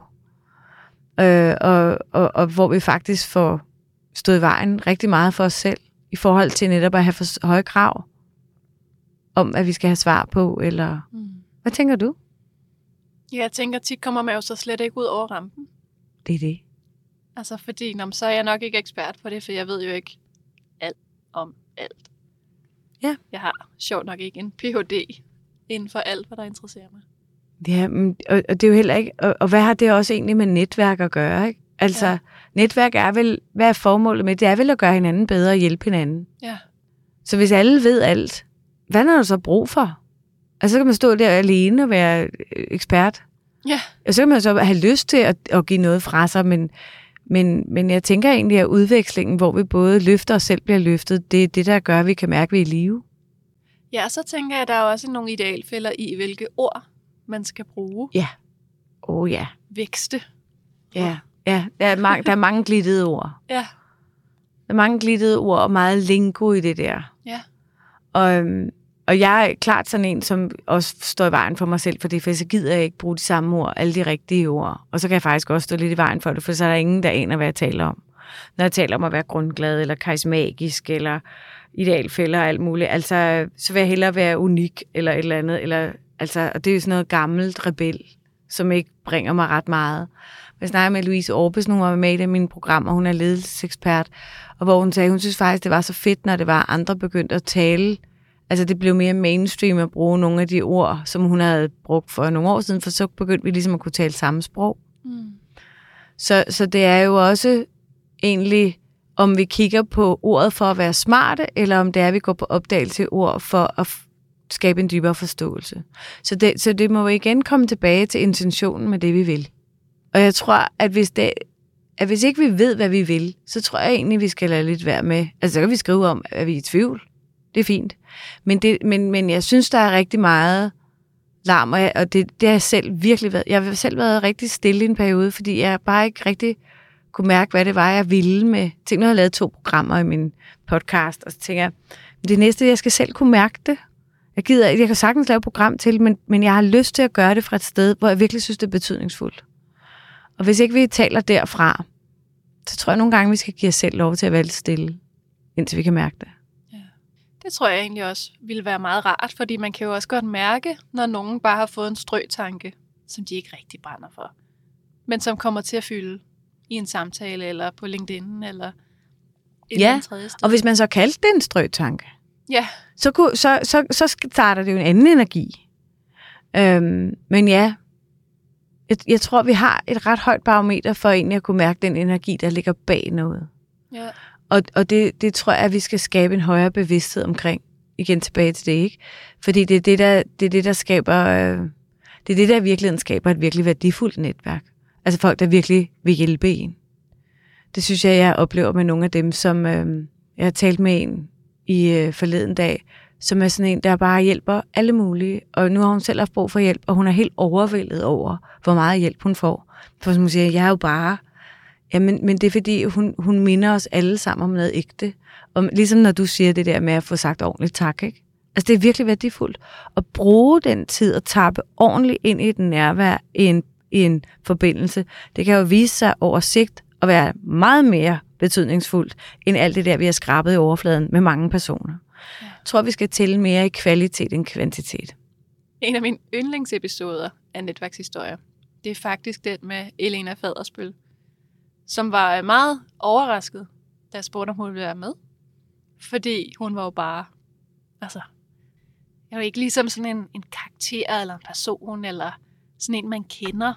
og hvor vi faktisk får stået i vejen rigtig meget for os selv, i forhold til netop at have for høje krav, om at vi skal have svar på, eller hvad tænker du? Ja, jeg tænker, tit kommer man jo så slet ikke ud over rampen. Det er det. Altså fordi, så er jeg nok ikke ekspert på det, for jeg ved jo ikke alt om alt. Ja. Jeg har sjovt nok ikke en Ph.D. inden for alt, hvad der interesserer mig. Ja, og det er jo heller ikke, og hvad har det også egentlig med netværk at gøre, ikke? Altså, netværk er vel, hvad er formålet med det? Det er vel at gøre hinanden bedre og hjælpe hinanden. Ja. Så hvis alle ved alt, hvad er der så brug for? Altså, så kan man stå der alene og være ekspert. Ja. Og så kan man så have lyst til at give noget fra sig, men jeg tænker egentlig, at udvekslingen, hvor vi både løfter og selv bliver løftet, det er det, der gør, at vi kan mærke, at vi er i live. Ja, og så tænker jeg, at der er også nogle idealfælder i, hvilke ord man skal bruge. Ja. Ja. Vækste. Ja. Ja, der er mange glittede ord. Ja. Der er mange glittede ord og meget lingo i det der. Ja. Og jeg er klart sådan en, som også står i vejen for mig selv, for så gider jeg ikke bruge de samme ord, alle de rigtige ord. Og så kan jeg faktisk også stå lidt i vejen for det, for så er der ingen, der aner, hvad jeg taler om. Når jeg taler om at være grundglad, eller karismatisk, eller idealfælder og alt muligt, altså, så vil jeg hellere være unik, eller et eller andet. Eller, altså, og det er jo sådan noget gammelt rebel, som ikke bringer mig ret meget. Jeg snakkede med Louise Orbes, hun var med i det mine programmer, hun er ledelsesekspert, og hvor hun sagde, hun synes faktisk, det var så fedt, når det var andre begyndte at tale. Altså det blev mere mainstream at bruge nogle af de ord, som hun havde brugt for nogle år siden, for så begyndte vi ligesom at kunne tale samme sprog. Så det er jo også egentlig, om vi kigger på ordet for at være smarte, eller om det er, at vi går på opdagelse i ord for at skabe en dybere forståelse. Så det må jo igen komme tilbage til intentionen med det, vi vil. Og jeg tror, at hvis ikke vi ved, hvad vi vil, så tror jeg egentlig, vi skal lade lidt være med. Altså så kan vi skrive om, at vi er i tvivl. Det er fint. Men jeg synes, der er rigtig meget larm, og det har jeg selv virkelig været. Jeg har selv været rigtig stille i en periode, fordi jeg bare ikke rigtig kunne mærke, hvad det var, jeg ville med. Tænk, nu har jeg lavet 2 programmer i min podcast, og så tænker jeg, det næste, jeg skal selv kunne mærke det. Jeg kan sagtens lave et program til, men jeg har lyst til at gøre det fra et sted, hvor jeg virkelig synes, det er betydningsfuldt. Og hvis ikke vi taler derfra, så tror jeg nogle gange, vi skal give os selv lov til at være lidt stille, indtil vi kan mærke det. Ja. Det tror jeg egentlig også ville være meget rart, fordi man kan jo også godt mærke, når nogen bare har fået en strøtanke, som de ikke rigtig brænder for, men som kommer til at fylde i en samtale, eller på LinkedIn, eller et eller andet tredje sted. Og hvis man så kaldte det en strøtanke, ja, så starter det jo en anden energi. Men ja, jeg tror, vi har et ret højt barometer for egentlig at kunne mærke den energi, der ligger bag noget. Ja. Og det tror jeg, at vi skal skabe en højere bevidsthed omkring. Igen tilbage til det, ikke? Fordi det er det, der skaber... det er det, der i virkeligheden skaber et virkelig værdifuldt netværk. Altså folk, der virkelig vil hjælpe en. Det synes jeg oplever med nogle af dem, som... jeg har talt med en i forleden dag, som er sådan en, der bare hjælper alle mulige. Og nu har hun selv haft brug for hjælp, og hun er helt overvældet over, hvor meget hjælp hun får. For som hun siger, jeg er jo bare... Ja, men det er fordi, hun minder os alle sammen om noget ægte. Og ligesom når du siger det der med at få sagt ordentligt tak, ikke? Altså det er virkelig værdifuldt. At bruge den tid og tappe ordentligt ind i et nærvær i en forbindelse, det kan jo vise sig over sigt at være meget mere betydningsfuldt, end alt det der, vi har skrabet i overfladen med mange personer. Ja. Jeg tror, vi skal tælle mere i kvalitet end kvantitet. En af mine yndlingsepisoder af Netværkshistorier, det er faktisk den med Elena Fadersbøl, som var meget overrasket, da jeg spurgte, om hun ville være med. Fordi hun var jo bare, altså, jeg var ikke ligesom sådan en karakter, eller en person, eller sådan en, man kender.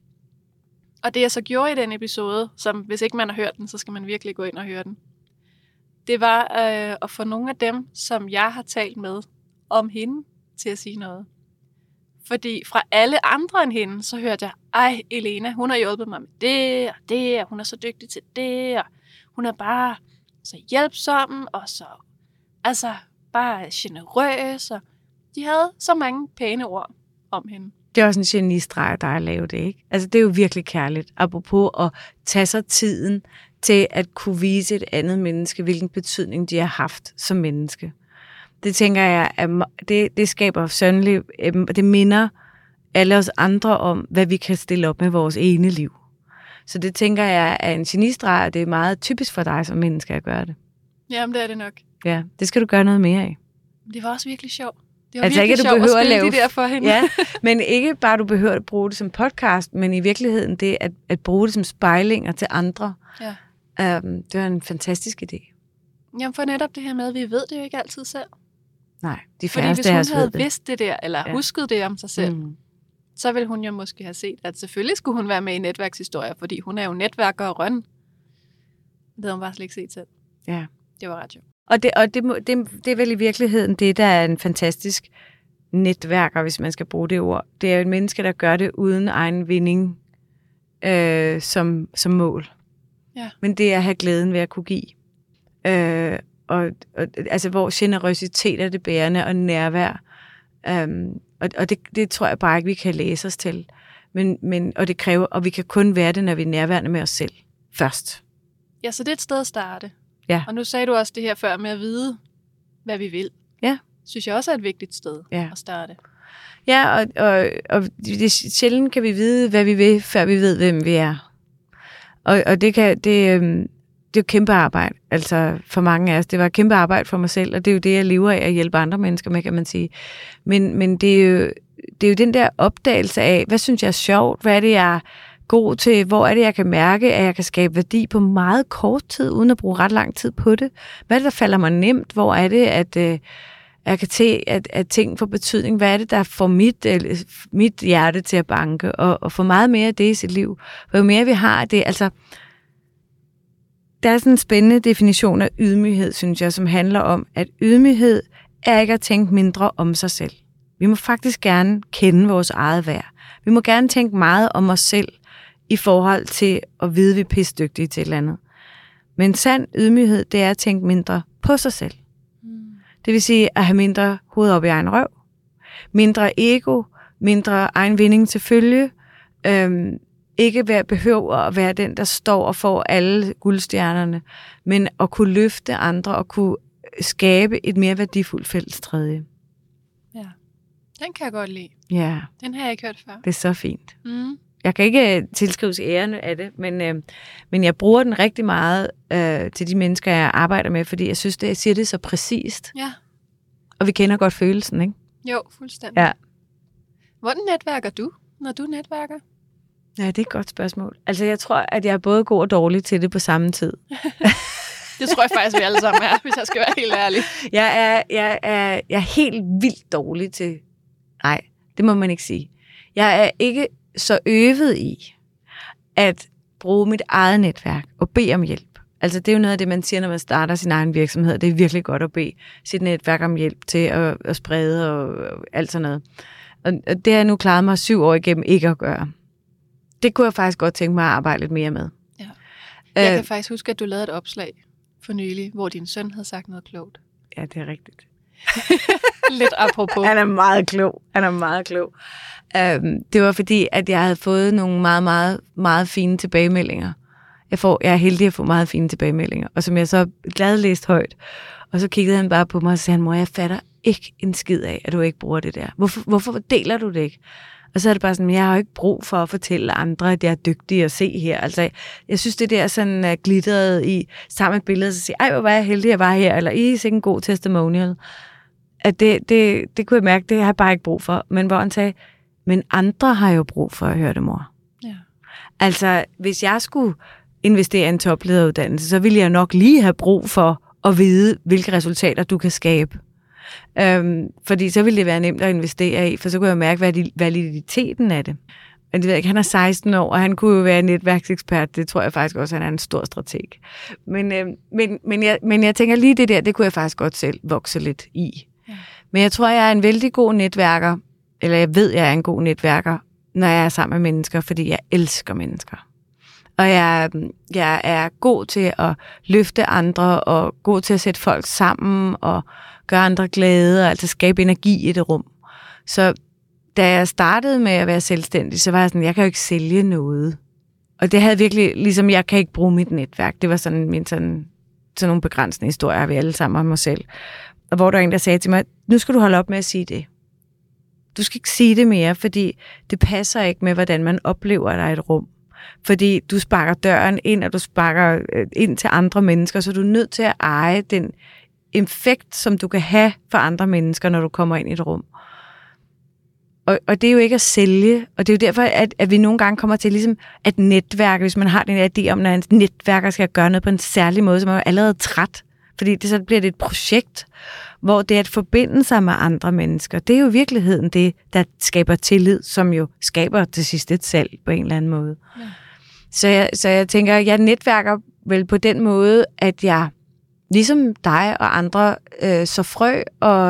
Og det jeg så gjorde i den episode, som hvis ikke man har hørt den, så skal man virkelig gå ind og høre den, det var at få nogle af dem, som jeg har talt med om hende, til at sige noget. Fordi fra alle andre end hende, så hørte jeg, ej Elena, hun har hjulpet mig med det og det, og hun er så dygtig til det, og hun er bare så hjælpsom, og så altså bare generøs, og de havde så mange pæne ord om hende. Det er også en genistreg, der at lave det, ikke? Altså det er jo virkelig kærligt, apropos at tage sig tiden til at kunne vise et andet menneske, hvilken betydning de har haft som menneske. Det tænker jeg, at det skaber sandelig, det minder alle os andre om, hvad vi kan stille op med vores ene liv. Så det tænker jeg er en genistreg, og det er meget typisk for dig som menneske at gøre det. Jamen det er det nok. Ja, det skal du gøre noget mere af. Det var også virkelig sjovt. Det var altså virkelig ikke, sjovt at spille lave de der for hende. Ja, men ikke bare, du behøver at bruge det som podcast, men i virkeligheden det at bruge det som spejlinger til andre. Ja. Det var en fantastisk idé. Jamen for netop det her med, at vi ved det jo ikke altid selv. Nej, de færreste af os ved det. Fordi hvis hun havde vidst det der, eller husket det om sig selv, så ville hun jo måske have set, at selvfølgelig skulle hun være med i Netværkshistorier, fordi hun er jo netværker og røn. Det havde hun bare slet ikke set selv. Ja. Det var ret sjovt. Og det er vel i virkeligheden det, der er en fantastisk netværker, hvis man skal bruge det ord. Det er jo et menneske, der gør det uden egen vinding som mål. Ja. Men det er at have glæden ved at kunne give. Og altså hvor generøsitet er det bærende og nærvær. Og det tror jeg bare ikke, vi kan læse os til. Men og det kræver, og vi kan kun være det, når vi er nærværende med os selv først. Ja, så det er et sted at starte. Ja. Og nu sagde du også det her før med at vide, hvad vi vil. Ja. Synes jeg også er et vigtigt sted at starte. Ja, og det sjældent kan vi vide, hvad vi vil, før vi ved, hvem vi er. Og det er jo kæmpe arbejde, altså for mange af os. Det var et kæmpe arbejde for mig selv, og det er jo det, jeg lever af, at hjælpe andre mennesker med, kan man sige. Men det er jo den der opdagelse af, hvad synes jeg er sjovt, hvad er det, jeg god til, hvor er det, jeg kan mærke, at jeg kan skabe værdi på meget kort tid, uden at bruge ret lang tid på det. Hvad er det, der falder mig nemt? Hvor er det, at jeg kan se, at ting får betydning? Hvad er det, der får mit hjerte til at banke? Og få meget mere af det i sit liv. For jo mere vi har det, altså, der er sådan en spændende definition af ydmyghed, synes jeg, som handler om, at ydmyghed er ikke at tænke mindre om sig selv. Vi må faktisk gerne kende vores eget værd. Vi må gerne tænke meget om os selv i forhold til at vide, at vi er pissedygtige til et eller andet. Men sand ydmyghed, det er at tænke mindre på sig selv. Det vil sige at have mindre hoved op i egen røv, mindre ego, mindre egen vinding til følge, ikke behøver at være den, der står og får alle guldstjernerne, men at kunne løfte andre og kunne skabe et mere værdifuldt fælles tredje. Ja, den kan jeg godt lide. Ja. Den har jeg ikke hørt før. Det er så fint. Jeg kan ikke tilskrives ærerne af det, men jeg bruger den rigtig meget til de mennesker, jeg arbejder med, fordi jeg synes, jeg siger det så præcist. Ja. Og vi kender godt følelsen, ikke? Jo, fuldstændig. Ja. Hvordan netværker du, når du netværker? Ja, det er et godt spørgsmål. Altså, jeg tror, at jeg er både god og dårlig til det på samme tid. Det tror jeg faktisk, vi alle sammen er, hvis jeg skal være helt ærlig. Jeg er helt vildt dårlig til... Nej, det må man ikke sige. Jeg er ikke så øvet i at bruge mit eget netværk og bede om hjælp. Altså, det er jo noget af det, man siger, når man starter sin egen virksomhed. Det er virkelig godt at bede sit netværk om hjælp til at sprede og alt sådan noget. Og det har jeg nu klaret mig 7 år igennem ikke at gøre. Det kunne jeg faktisk godt tænke mig at arbejde lidt mere med. Ja. Jeg kan faktisk huske, at du lavede et opslag for nylig, hvor din søn havde sagt noget klogt. Ja, det er rigtigt. Lidt apropos. Han er meget klog. Det var fordi, at jeg havde fået nogle meget, meget, meget fine tilbagemeldinger. Jeg er heldig at få meget fine tilbagemeldinger, og som jeg så glad læst højt. Og så kiggede han bare på mig og sagde, mor, jeg fatter ikke en skid af, at du ikke bruger det der. Hvorfor deler du det ikke? Og så er det bare sådan, jeg har jo ikke brug for at fortælle andre, at jeg er dygtig at se her. Altså, jeg synes, det der sådan glitteret i sammen et billede, så siger, ej, hvor var jeg heldig, jeg var her, eller I er sikkert en god testimonial. At det kunne jeg mærke, det har jeg bare ikke brug for. Men hvor han sagde, men andre har jo brug for at høre det, mor. Ja. Altså, hvis jeg skulle investere i en toplederuddannelse, så ville jeg nok lige have brug for at vide, hvilke resultater du kan skabe. Fordi så ville det være nemt at investere i, for så kunne jeg mærke validiteten af det. Men det ved jeg ikke, han er 16 år, og han kunne jo være netværksekspert. Det tror jeg faktisk også, han er en stor strateg. Men jeg tænker lige det kunne jeg faktisk godt selv vokse lidt i. Ja. Men jeg tror, jeg er en vældig god netværker, eller jeg ved, jeg er en god netværker, når jeg er sammen med mennesker, fordi jeg elsker mennesker. Og jeg er god til at løfte andre, og god til at sætte folk sammen, og gøre andre glade, og altså skabe energi i det rum. Så da jeg startede med at være selvstændig, så var jeg sådan, jeg kan jo ikke sælge noget. Og det havde virkelig, ligesom jeg kan ikke bruge mit netværk. Det var sådan nogle begrænsende historier, vi alle sammen om mig selv. Og hvor der var en, der sagde til mig, nu skal du holde op med at sige det. Du skal ikke sige det mere, fordi det passer ikke med, hvordan man oplever dig i et rum. Fordi du sparker døren ind, og du sparker ind til andre mennesker, så du er nødt til at eje den effekt, som du kan have for andre mennesker, når du kommer ind i et rum. Og det er jo ikke at sælge, og det er jo derfor, at vi nogle gange kommer til ligesom at netværke, hvis man har den idé om, at en netværker skal gøre noget på en særlig måde, så man er jo allerede træt, fordi så bliver det et projekt, hvor det er at forbinde sig med andre mennesker. Det er jo i virkeligheden det, der skaber tillid, som jo skaber til sidst et salg på en eller anden måde. Ja. Så jeg tænker, jeg netværker vel på den måde, at jeg ligesom dig og andre så frø,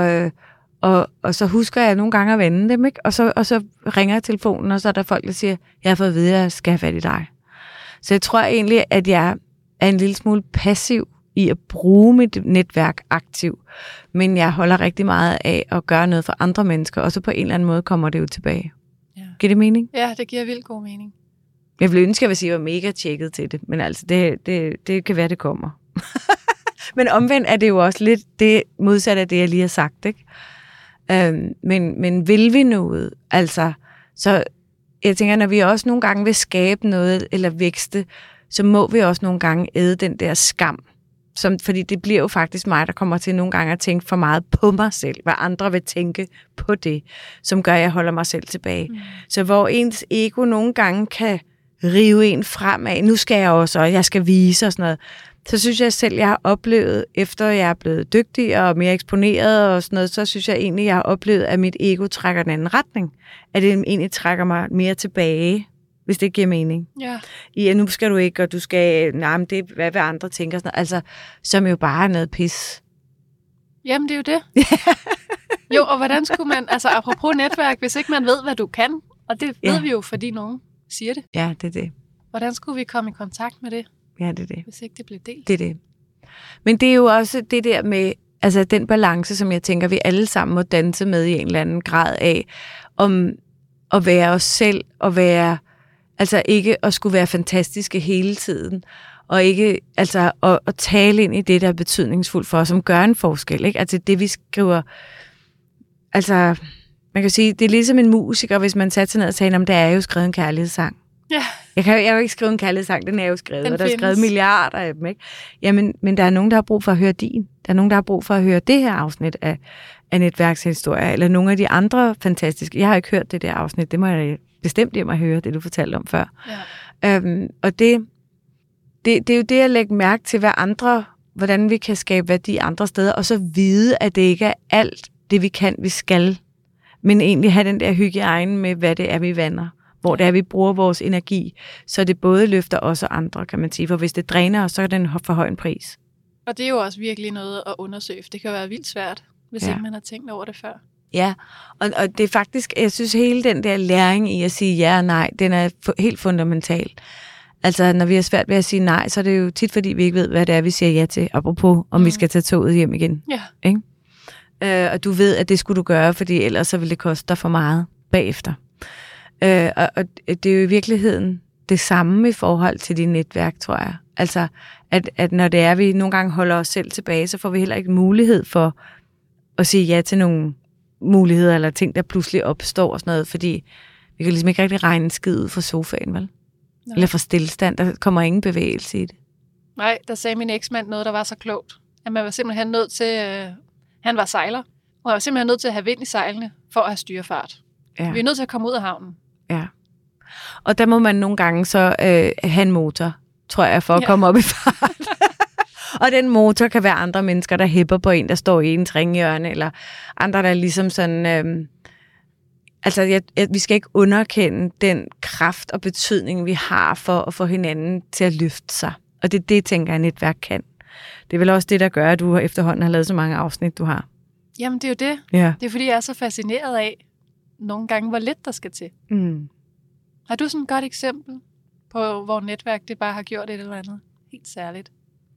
og så husker jeg nogle gange at vende dem, ikke? Og så ringer jeg telefonen, og så er der folk, der siger, jeg har fået at vide, at jeg skal have fat i dig. Så jeg tror egentlig, at jeg er en lille smule passiv i at bruge mit netværk aktivt, men jeg holder rigtig meget af at gøre noget for andre mennesker, og så på en eller anden måde kommer det jo tilbage. Ja. Giver det mening? Ja, det giver vildt god mening. Jeg ville ønske, at jeg var mega tjekket til det, men altså, det kan være, det kommer. Men omvendt er det jo også lidt det modsatte af det, jeg lige har sagt, ikke? Men vil vi noget? Altså, så jeg tænker, når vi også nogle gange vil skabe noget eller vækste, så må vi også nogle gange æde den der skam. Fordi det bliver jo faktisk mig, der kommer til nogle gange at tænke for meget på mig selv, hvad andre vil tænke på det, som gør, at jeg holder mig selv tilbage. Så hvor ens ego nogle gange kan rive en fremad. Nu skal jeg også, og jeg skal vise og sådan noget. Så synes jeg selv, jeg har oplevet, efter jeg er blevet dygtig og mere eksponeret og sådan noget, så synes jeg egentlig, jeg har oplevet, at mit ego trækker den anden retning. At det egentlig trækker mig mere tilbage, hvis det giver mening. Ja. Ja, nu skal du ikke, og du skal, men det er, hvad andre tænker. Sådan noget. Altså, som jo bare er noget pis. Jamen, det er jo det. Jo, og hvordan skulle man, altså apropos netværk, hvis ikke man ved, hvad du kan, og det ved vi jo, fordi nogen siger det. Ja, det er det. Hvordan skulle vi komme i kontakt med det? Ja, det er det. Hvis ikke det blev delt. Det er det. Men det er jo også det der med, altså den balance, som jeg tænker, vi alle sammen må danse med i en eller anden grad af, om at være os selv, og være, altså ikke at skulle være fantastiske hele tiden, og ikke, altså at tale ind i det, der er betydningsfuldt for os, som gør en forskel, ikke? Altså det, vi skriver, altså man kan sige, det er ligesom en musiker, hvis man satte sig ned og sagde, om der er jo skrevet en kærlighedssang. Ja. Jeg har jo ikke skrevet en kærlighedssang, den er jo skrevet, Den og der er findes. skrevet milliarder af dem, ikke? Jamen, men der er nogen, der har brug for at høre din. Der er nogen, der har brug for at høre det her afsnit af netværkshistorier, eller nogle af de andre fantastiske. Jeg har ikke hørt det der afsnit, det må jeg bestemt hjem at høre, det du fortalte om før. Ja. Og det er jo det at lægge mærke til, hvordan vi kan skabe værdi andre steder, og så vide, at det ikke er alt det, vi kan, vi skal, men egentlig have den der hygiejne med, hvad det er, vi vander. Hvor det er, vi bruger vores energi, så det både løfter os og andre, kan man sige. For hvis det dræner os, så er den for høj en pris. Og det er jo også virkelig noget at undersøge, for det kan være vildt svært, hvis ikke man har tænkt over det før. Ja, og det er faktisk, jeg synes hele den der læring i at sige ja og nej, den er helt fundamental. Altså, når vi har svært ved at sige nej, så er det jo tit, fordi vi ikke ved, hvad det er, vi siger ja til, apropos, om vi skal tage toget hjem igen. Ja. Ikke? Og du ved, at det skulle du gøre, fordi ellers så ville det koste dig for meget bagefter. Og det er jo i virkeligheden det samme i forhold til dit netværk, tror jeg. Altså, at når det er, vi nogle gange holder os selv tilbage, så får vi heller ikke mulighed for at sige ja til nogle muligheder, eller ting, der pludselig opstår og sådan noget, fordi vi kan ligesom ikke rigtig regne en skid ud fra sofaen, vel? Nej. Eller fra stillestand, der kommer ingen bevægelse i det. Nej, der sagde min eksmand noget, der var så klogt, at man var simpelthen nødt til, han var sejler, og man var simpelthen nødt til at have vind i sejlene, for at have styrefart. Ja. Vi er nødt til at komme ud af havnen. Ja. Og der må man nogle gange så have en motor, tror jeg, for at komme op i fart. Og den motor kan være andre mennesker, der hæpper på en, der står i en ringhjørne, eller andre, der ligesom sådan... Altså, vi skal ikke underkende den kraft og betydning, vi har for at få hinanden til at løfte sig. Og det tænker jeg, netværk kan. Det er vel også det, der gør, at du efterhånden har lavet så mange afsnit, du har. Jamen, det er jo det. Ja. Det er, fordi jeg er så fascineret af, nogle gange, hvor lidt der skal til. Mm. Har du sådan et godt eksempel på, hvor netværk det bare har gjort et eller andet helt særligt?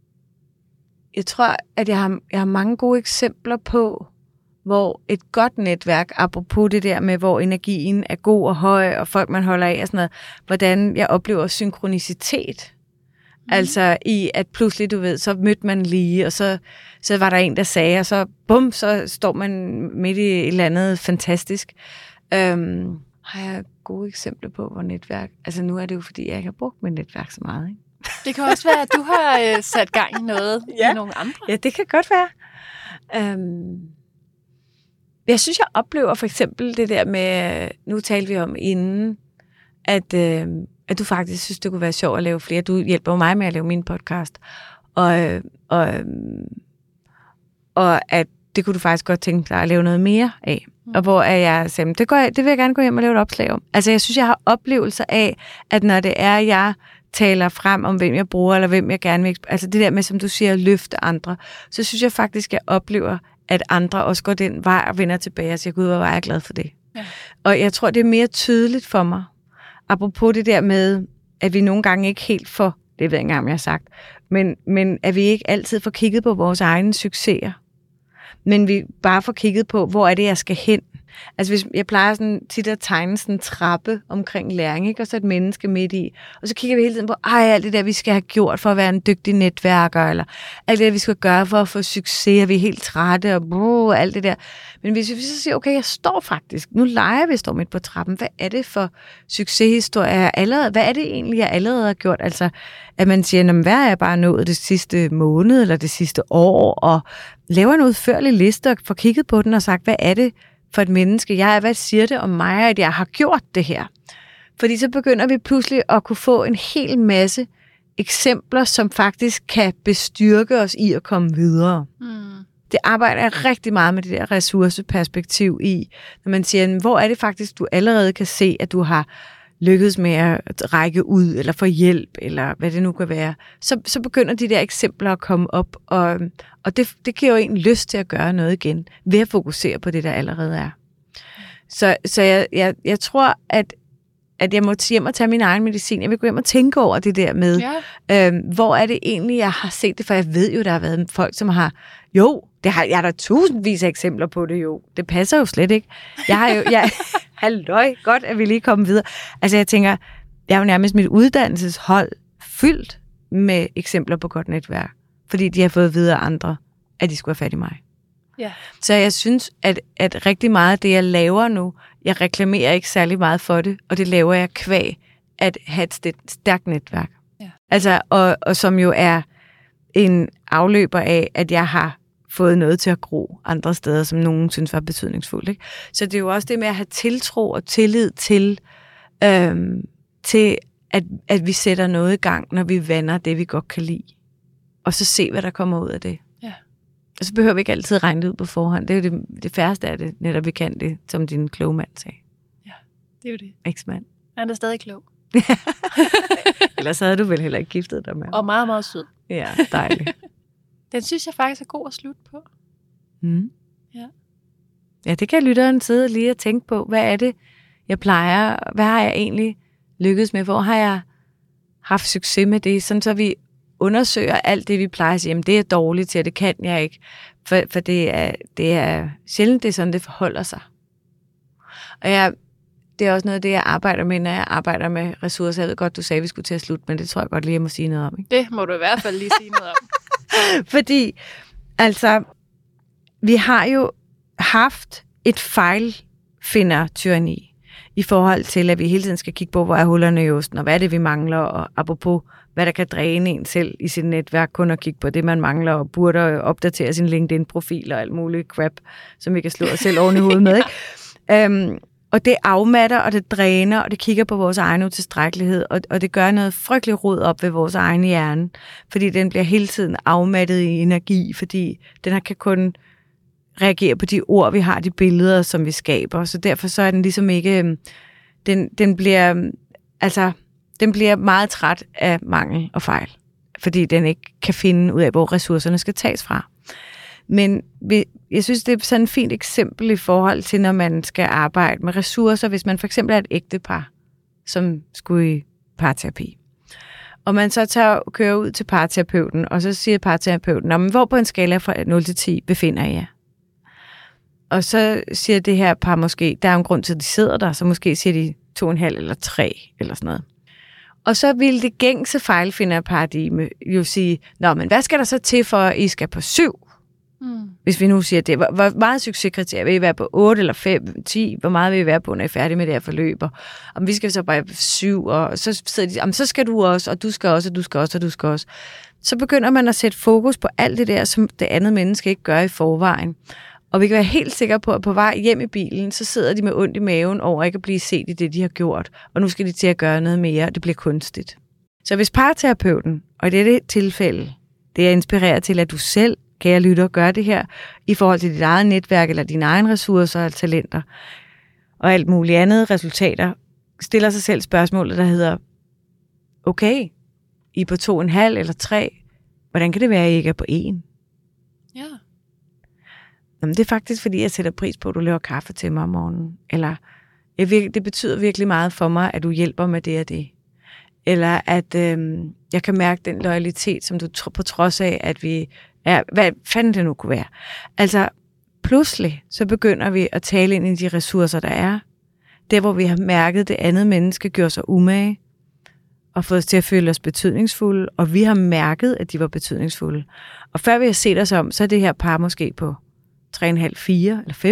Jeg tror, at jeg har mange gode eksempler på, hvor et godt netværk, apropos det der med, hvor energien er god og høj, og folk man holder af og sådan noget, hvordan jeg oplever synkronicitet. Altså i, at pludselig, du ved, så mødte man lige, og så var der en, der sagde, og så bum, så står man midt i et eller andet fantastisk. Har jeg gode eksempler på, hvor netværk... Altså nu er det jo, fordi jeg ikke har brugt mit netværk så meget, ikke? Det kan også være, at du har sat gang i noget i nogle andre. Ja, det kan godt være. Jeg synes, jeg oplever for eksempel det der med, nu talte vi om inden, at du faktisk synes, det kunne være sjovt at lave flere. Du hjælper mig med at lave min podcast. Og at det kunne du faktisk godt tænke dig at lave noget mere af. Og hvor er jeg sagde, det vil jeg gerne gå hjem og lave et opslag om. Altså jeg synes, jeg har oplevelser af, at når det er, jeg taler frem om, hvem jeg bruger, eller hvem jeg gerne vil, altså det der med, som du siger, løfte andre, så synes jeg faktisk, jeg oplever, at andre også går den vej og vender tilbage og siger, gud, hvor var jeg glad for det. Ja. Og jeg tror, det er mere tydeligt for mig, apropos det der med, at vi nogle gange ikke helt får, det ved jeg ikke engang, jeg har sagt, men at vi ikke altid får kigget på vores egne succeser, men vi bare får kigget på, hvor er det, jeg skal hen. Altså hvis jeg plejer sådan tit at tegne sådan en trappe omkring læring, ikke? Og så et menneske midt i. Og så kigger vi hele tiden på, alt det der, vi skal have gjort for at være en dygtig netværker, eller alt det der, vi skal gøre for at få succes, og vi er helt trætte, og alt det der. Men hvis vi så siger, okay, jeg står faktisk, nu leger vi, står midt på trappen, hvad er det for succeshistorier allerede? Hvad er det egentlig, jeg allerede har gjort? Altså, at man siger, hvad er jeg bare nået det sidste måned, eller det sidste år, og laver en udførlig liste, og får kigget på den og sagt, hvad er det for et menneske, jeg er, hvad siger det om mig, at jeg har gjort det her? Fordi så begynder vi pludselig at kunne få en hel masse eksempler, som faktisk kan bestyrke os i at komme videre. Det arbejder jeg rigtig meget med det der ressourceperspektiv i, når man siger, hvor er det faktisk, du allerede kan se, at du har lykkedes med at række ud, eller få hjælp, eller hvad det nu kan være. Så begynder de der eksempler at komme op, og det giver jo en lyst til at gøre noget igen, ved at fokusere på det, der allerede er. Så jeg tror, at jeg må hjem og tage min egen medicin. Jeg vil gå hjem og tænke over det der med, hvor er det egentlig, jeg har set det, for jeg ved jo, der har været folk, som har, jeg har der tusindvis af eksempler på det jo. Det passer jo slet ikke. Halløj, godt at vi lige kommer videre. Altså jeg tænker, jeg er jo nærmest mit uddannelseshold fyldt med eksempler på godt netværk, fordi de har fået videre andre, at de skulle have fat i mig. Ja. Så jeg synes, at rigtig meget af det, jeg laver nu, jeg reklamerer ikke særlig meget for det, og det laver jeg kvæg at have et stærkt netværk. Ja. Altså, og som jo er en afløber af, at jeg har fået noget til at gro andre steder, som nogen synes var betydningsfuldt. Ikke? Så det er jo også det med at have tiltro og tillid til at vi sætter noget i gang, når vi vander det, vi godt kan lide. Og så se, hvad der kommer ud af det. Ja. Og så behøver vi ikke altid regne det ud på forhånd. Det er jo det færreste af det, netop vi kan det, som din kloge mand sagde. Ja, det er jo det. Eksmand. Han er stadig klog. Ellers havde du vel heller ikke giftet dig med. Og meget, meget sød. Ja, dejligt. Den synes jeg faktisk er god at slutte på. Mm. Ja. Ja, det kan lytteren sidde lige og tænke på. Hvad er det, jeg plejer? Hvad har jeg egentlig lykkedes med? Hvor har jeg haft succes med det? Sådan så vi undersøger alt det, vi plejer at sige, jamen det er dårligt til, og det kan jeg ikke. For det er sjældent, det er sådan, det forholder sig. Og det er også noget af det, jeg arbejder med, når jeg arbejder med ressourcer. Jeg ved godt, du sagde, at vi skulle til at slutte, men det tror jeg godt lige, jeg må sige noget om. Ikke? Det må du i hvert fald lige sige noget om. Fordi, altså, vi har jo haft et fejlfinder-tyranni i forhold til, at vi hele tiden skal kigge på, hvor er hullerne i osten, og hvad er det, vi mangler, og apropos, hvad der kan dræne en selv i sit netværk, kun at kigge på det, man mangler, og burde opdatere sin LinkedIn-profil og alt muligt crap, som vi kan slå os selv oven i hovedet med. Ikke? Og det afmatter, og det dræner, og det kigger på vores egen utilstrækkelighed, og det gør noget frygteligt rod op ved vores egen hjerne, fordi den bliver hele tiden afmattet i energi, fordi den kan kun reagere på de ord, vi har, de billeder, som vi skaber. Så derfor så er den ligesom ikke... Den bliver meget træt af mangel og fejl, fordi den ikke kan finde ud af, hvor ressourcerne skal tages fra. Men jeg synes, det er sådan et fint eksempel i forhold til, når man skal arbejde med ressourcer, hvis man for eksempel er et ægtepar, som skulle i parterapi. Og man så kører ud til parterapeuten, og så siger parterapeuten, men hvor på en skala fra 0 til 10 befinder jeg? Og så siger det her par måske, der er en grund til, at de sidder der, så måske siger de 2,5 eller 3 eller sådan noget. Og så vil det gængse fejlfinderparadigme jo sige, men hvad skal der så til for, at I skal på 7? Hvis vi nu siger det, hvor meget succeskriterier vil I være på 8 eller 5, 10? Hvor meget vil I være på, når I er færdige med det her forløb? Og vi skal så bare 7, og så sidder de, så skal du også, og du skal også, og du skal også, og du skal også. Så begynder man at sætte fokus på alt det der, som det andet menneske ikke gør i forvejen. Og vi kan være helt sikre på, at på vej hjem i bilen, så sidder de med ondt i maven over ikke at blive set i det, de har gjort. Og nu skal de til at gøre noget mere, og det bliver kunstigt. Så hvis parterapeuten, og i dette tilfælde, det er inspireret til, at du selv, kære lytter, gør det her, i forhold til dit eget netværk, eller dine egne ressourcer og talenter, og alt muligt andet resultater, stiller sig selv spørgsmålet, der hedder, okay, I er på 2,5 eller 3, hvordan kan det være, at I ikke er på 1? Ja. Jamen, det er faktisk, fordi jeg sætter pris på, at du laver kaffe til mig om morgenen. Eller det betyder virkelig meget for mig, at du hjælper med det og det. Eller at jeg kan mærke den loyalitet, som du på trods af, at vi er... Hvad fanden det nu kunne være? Altså, pludselig så begynder vi at tale ind i de ressourcer, der er. Der, hvor vi har mærket, det andet menneske gjorde sig umage, og fået os til at føle os betydningsfulde, og vi har mærket, at de var betydningsfulde. Og før vi har set os om, så er det her par måske på 3,5, 4 eller 5.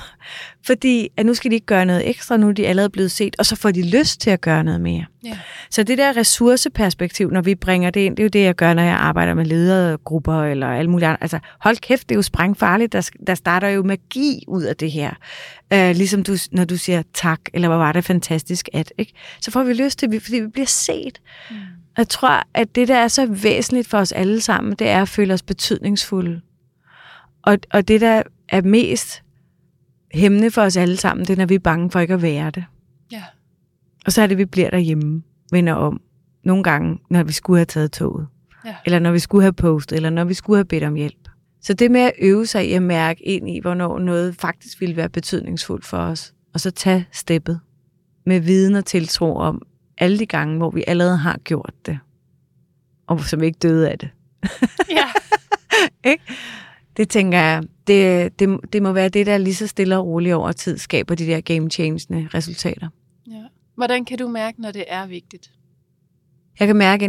Fordi at nu skal de ikke gøre noget ekstra, nu er de allerede blevet set, og så får de lyst til at gøre noget mere. Ja. Så det der ressourceperspektiv, når vi bringer det ind, det er jo det, jeg gør, når jeg arbejder med ledergrupper eller alle mulige andre. Altså hold kæft, det er jo sprængfarligt. Der starter jo magi ud af det her. Ligesom når du siger tak, eller hvor var det fantastisk at, ikke? Så får vi lyst til, fordi vi bliver set. Jeg tror, at det, der er så væsentligt for os alle sammen, det er at føle os betydningsfulde. Og det, der er mest hæmmende for os alle sammen, det er, når vi er bange for ikke at være det. Ja. Og så er det, vi bliver derhjemme, vender om. Nogle gange, når vi skulle have taget toget. Ja. Eller når vi skulle have postet, eller når vi skulle have bedt om hjælp. Så det med at øve sig i at mærke ind i, hvornår noget faktisk ville være betydningsfuldt for os. Og så tage steppet med viden og tiltro om alle de gange, hvor vi allerede har gjort det. Og som ikke døde af det. Ja. Ikke? Det tænker jeg, det må være det, der lige så stille og roligt over tid skaber de der game-changende resultater. Ja. Hvordan kan du mærke, når det er vigtigt? Jeg kan mærke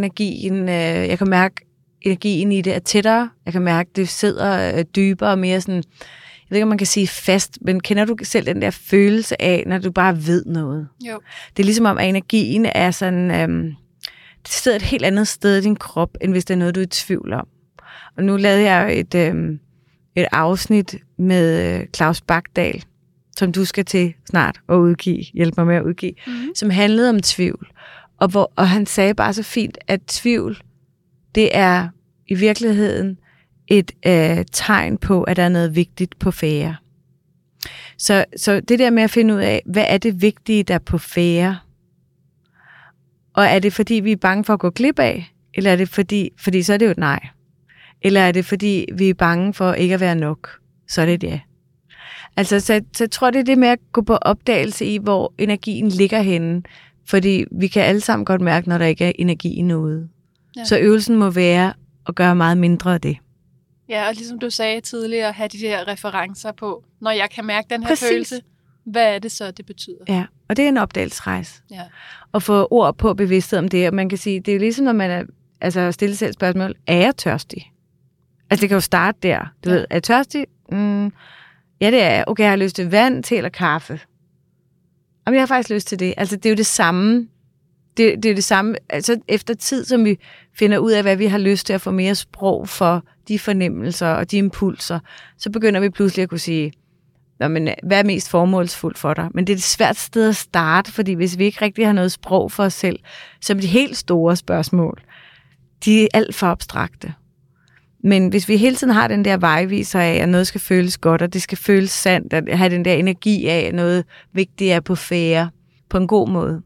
energien i det er tættere. Jeg kan mærke, det sidder dybere og mere sådan, jeg ved ikke, om man kan sige fast, men kender du selv den der følelse af, når du bare ved noget? Jo. Det er ligesom om, at energien er sådan, det sidder et helt andet sted i din krop, end hvis det er noget, du er i tvivl om. Og nu lavede jeg et afsnit med Claus Bagdal, som du skal til snart at udgive, hjælpe mig med at udgive, som handlede om tvivl. Og han sagde bare så fint, at tvivl, det er i virkeligheden et tegn på, at der er noget vigtigt på færde. Så det der med at finde ud af, hvad er det vigtige, der er på færde? Og er det fordi, vi er bange for at gå glip af? Eller er det fordi så er det jo et nej? Eller er det fordi, vi er bange for ikke at være nok? Så er det et ja. Altså, så jeg tror, det er det med at gå på opdagelse i, hvor energien ligger henne. Fordi vi kan alle sammen godt mærke, når der ikke er energi i noget. Ja. Så øvelsen må være at gøre meget mindre af det. Ja, og ligesom du sagde tidligere, have de der referencer på, når jeg kan mærke den her Præcis. følelse, hvad er det så, det betyder? Ja, og det er en opdagelsesrejse. Ja. At få ord på bevidsthed om det, og man kan sige, det er jo ligesom, når man stiller selv spørgsmål, er jeg tørstig? Altså, det kan jo starte der. Du ved, er jeg tørstig? Ja, det er jeg. Okay, jeg har lyst til vand, te eller kaffe. Jamen, jeg har faktisk lyst til det. Altså, det er jo det samme. Det er det samme. Altså, efter tid, som vi finder ud af, hvad vi har lyst til at få mere sprog for de fornemmelser og de impulser, så begynder vi pludselig at kunne sige, men hvad er mest formålsfuldt for dig? Men det er et svært sted at starte, fordi hvis vi ikke rigtig har noget sprog for os selv, så er de helt store spørgsmål, de er alt for abstrakte. Men hvis vi hele tiden har den der vejviser af, at noget skal føles godt, og det skal føles sandt, at have den der energi af, at noget vigtigt er på færde, på en god måde,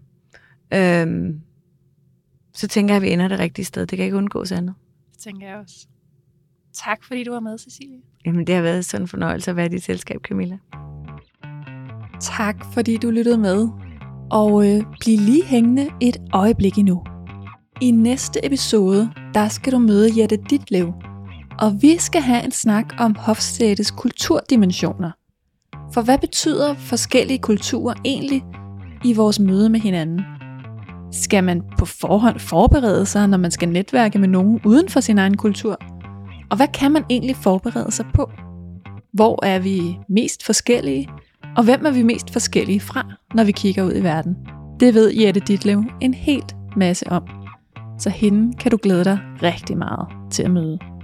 så tænker jeg, at vi ender det rigtige sted. Det kan ikke undgås andet. Det tænker jeg også. Tak fordi du var med, Cecilie. Jamen, det har været sådan en fornøjelse at være i dit selskab, Camilla. Tak fordi du lyttede med. Og bliv lige hængende et øjeblik endnu. I næste episode, der skal du møde Jette Ditlev. Og vi skal have en snak om Hofstedes kulturdimensioner. For hvad betyder forskellige kulturer egentlig i vores møde med hinanden? Skal man på forhånd forberede sig, når man skal netværke med nogen uden for sin egen kultur? Og hvad kan man egentlig forberede sig på? Hvor er vi mest forskellige? Og hvem er vi mest forskellige fra, når vi kigger ud i verden? Det ved Jette Ditlev en helt masse om. Så hende kan du glæde dig rigtig meget til at møde.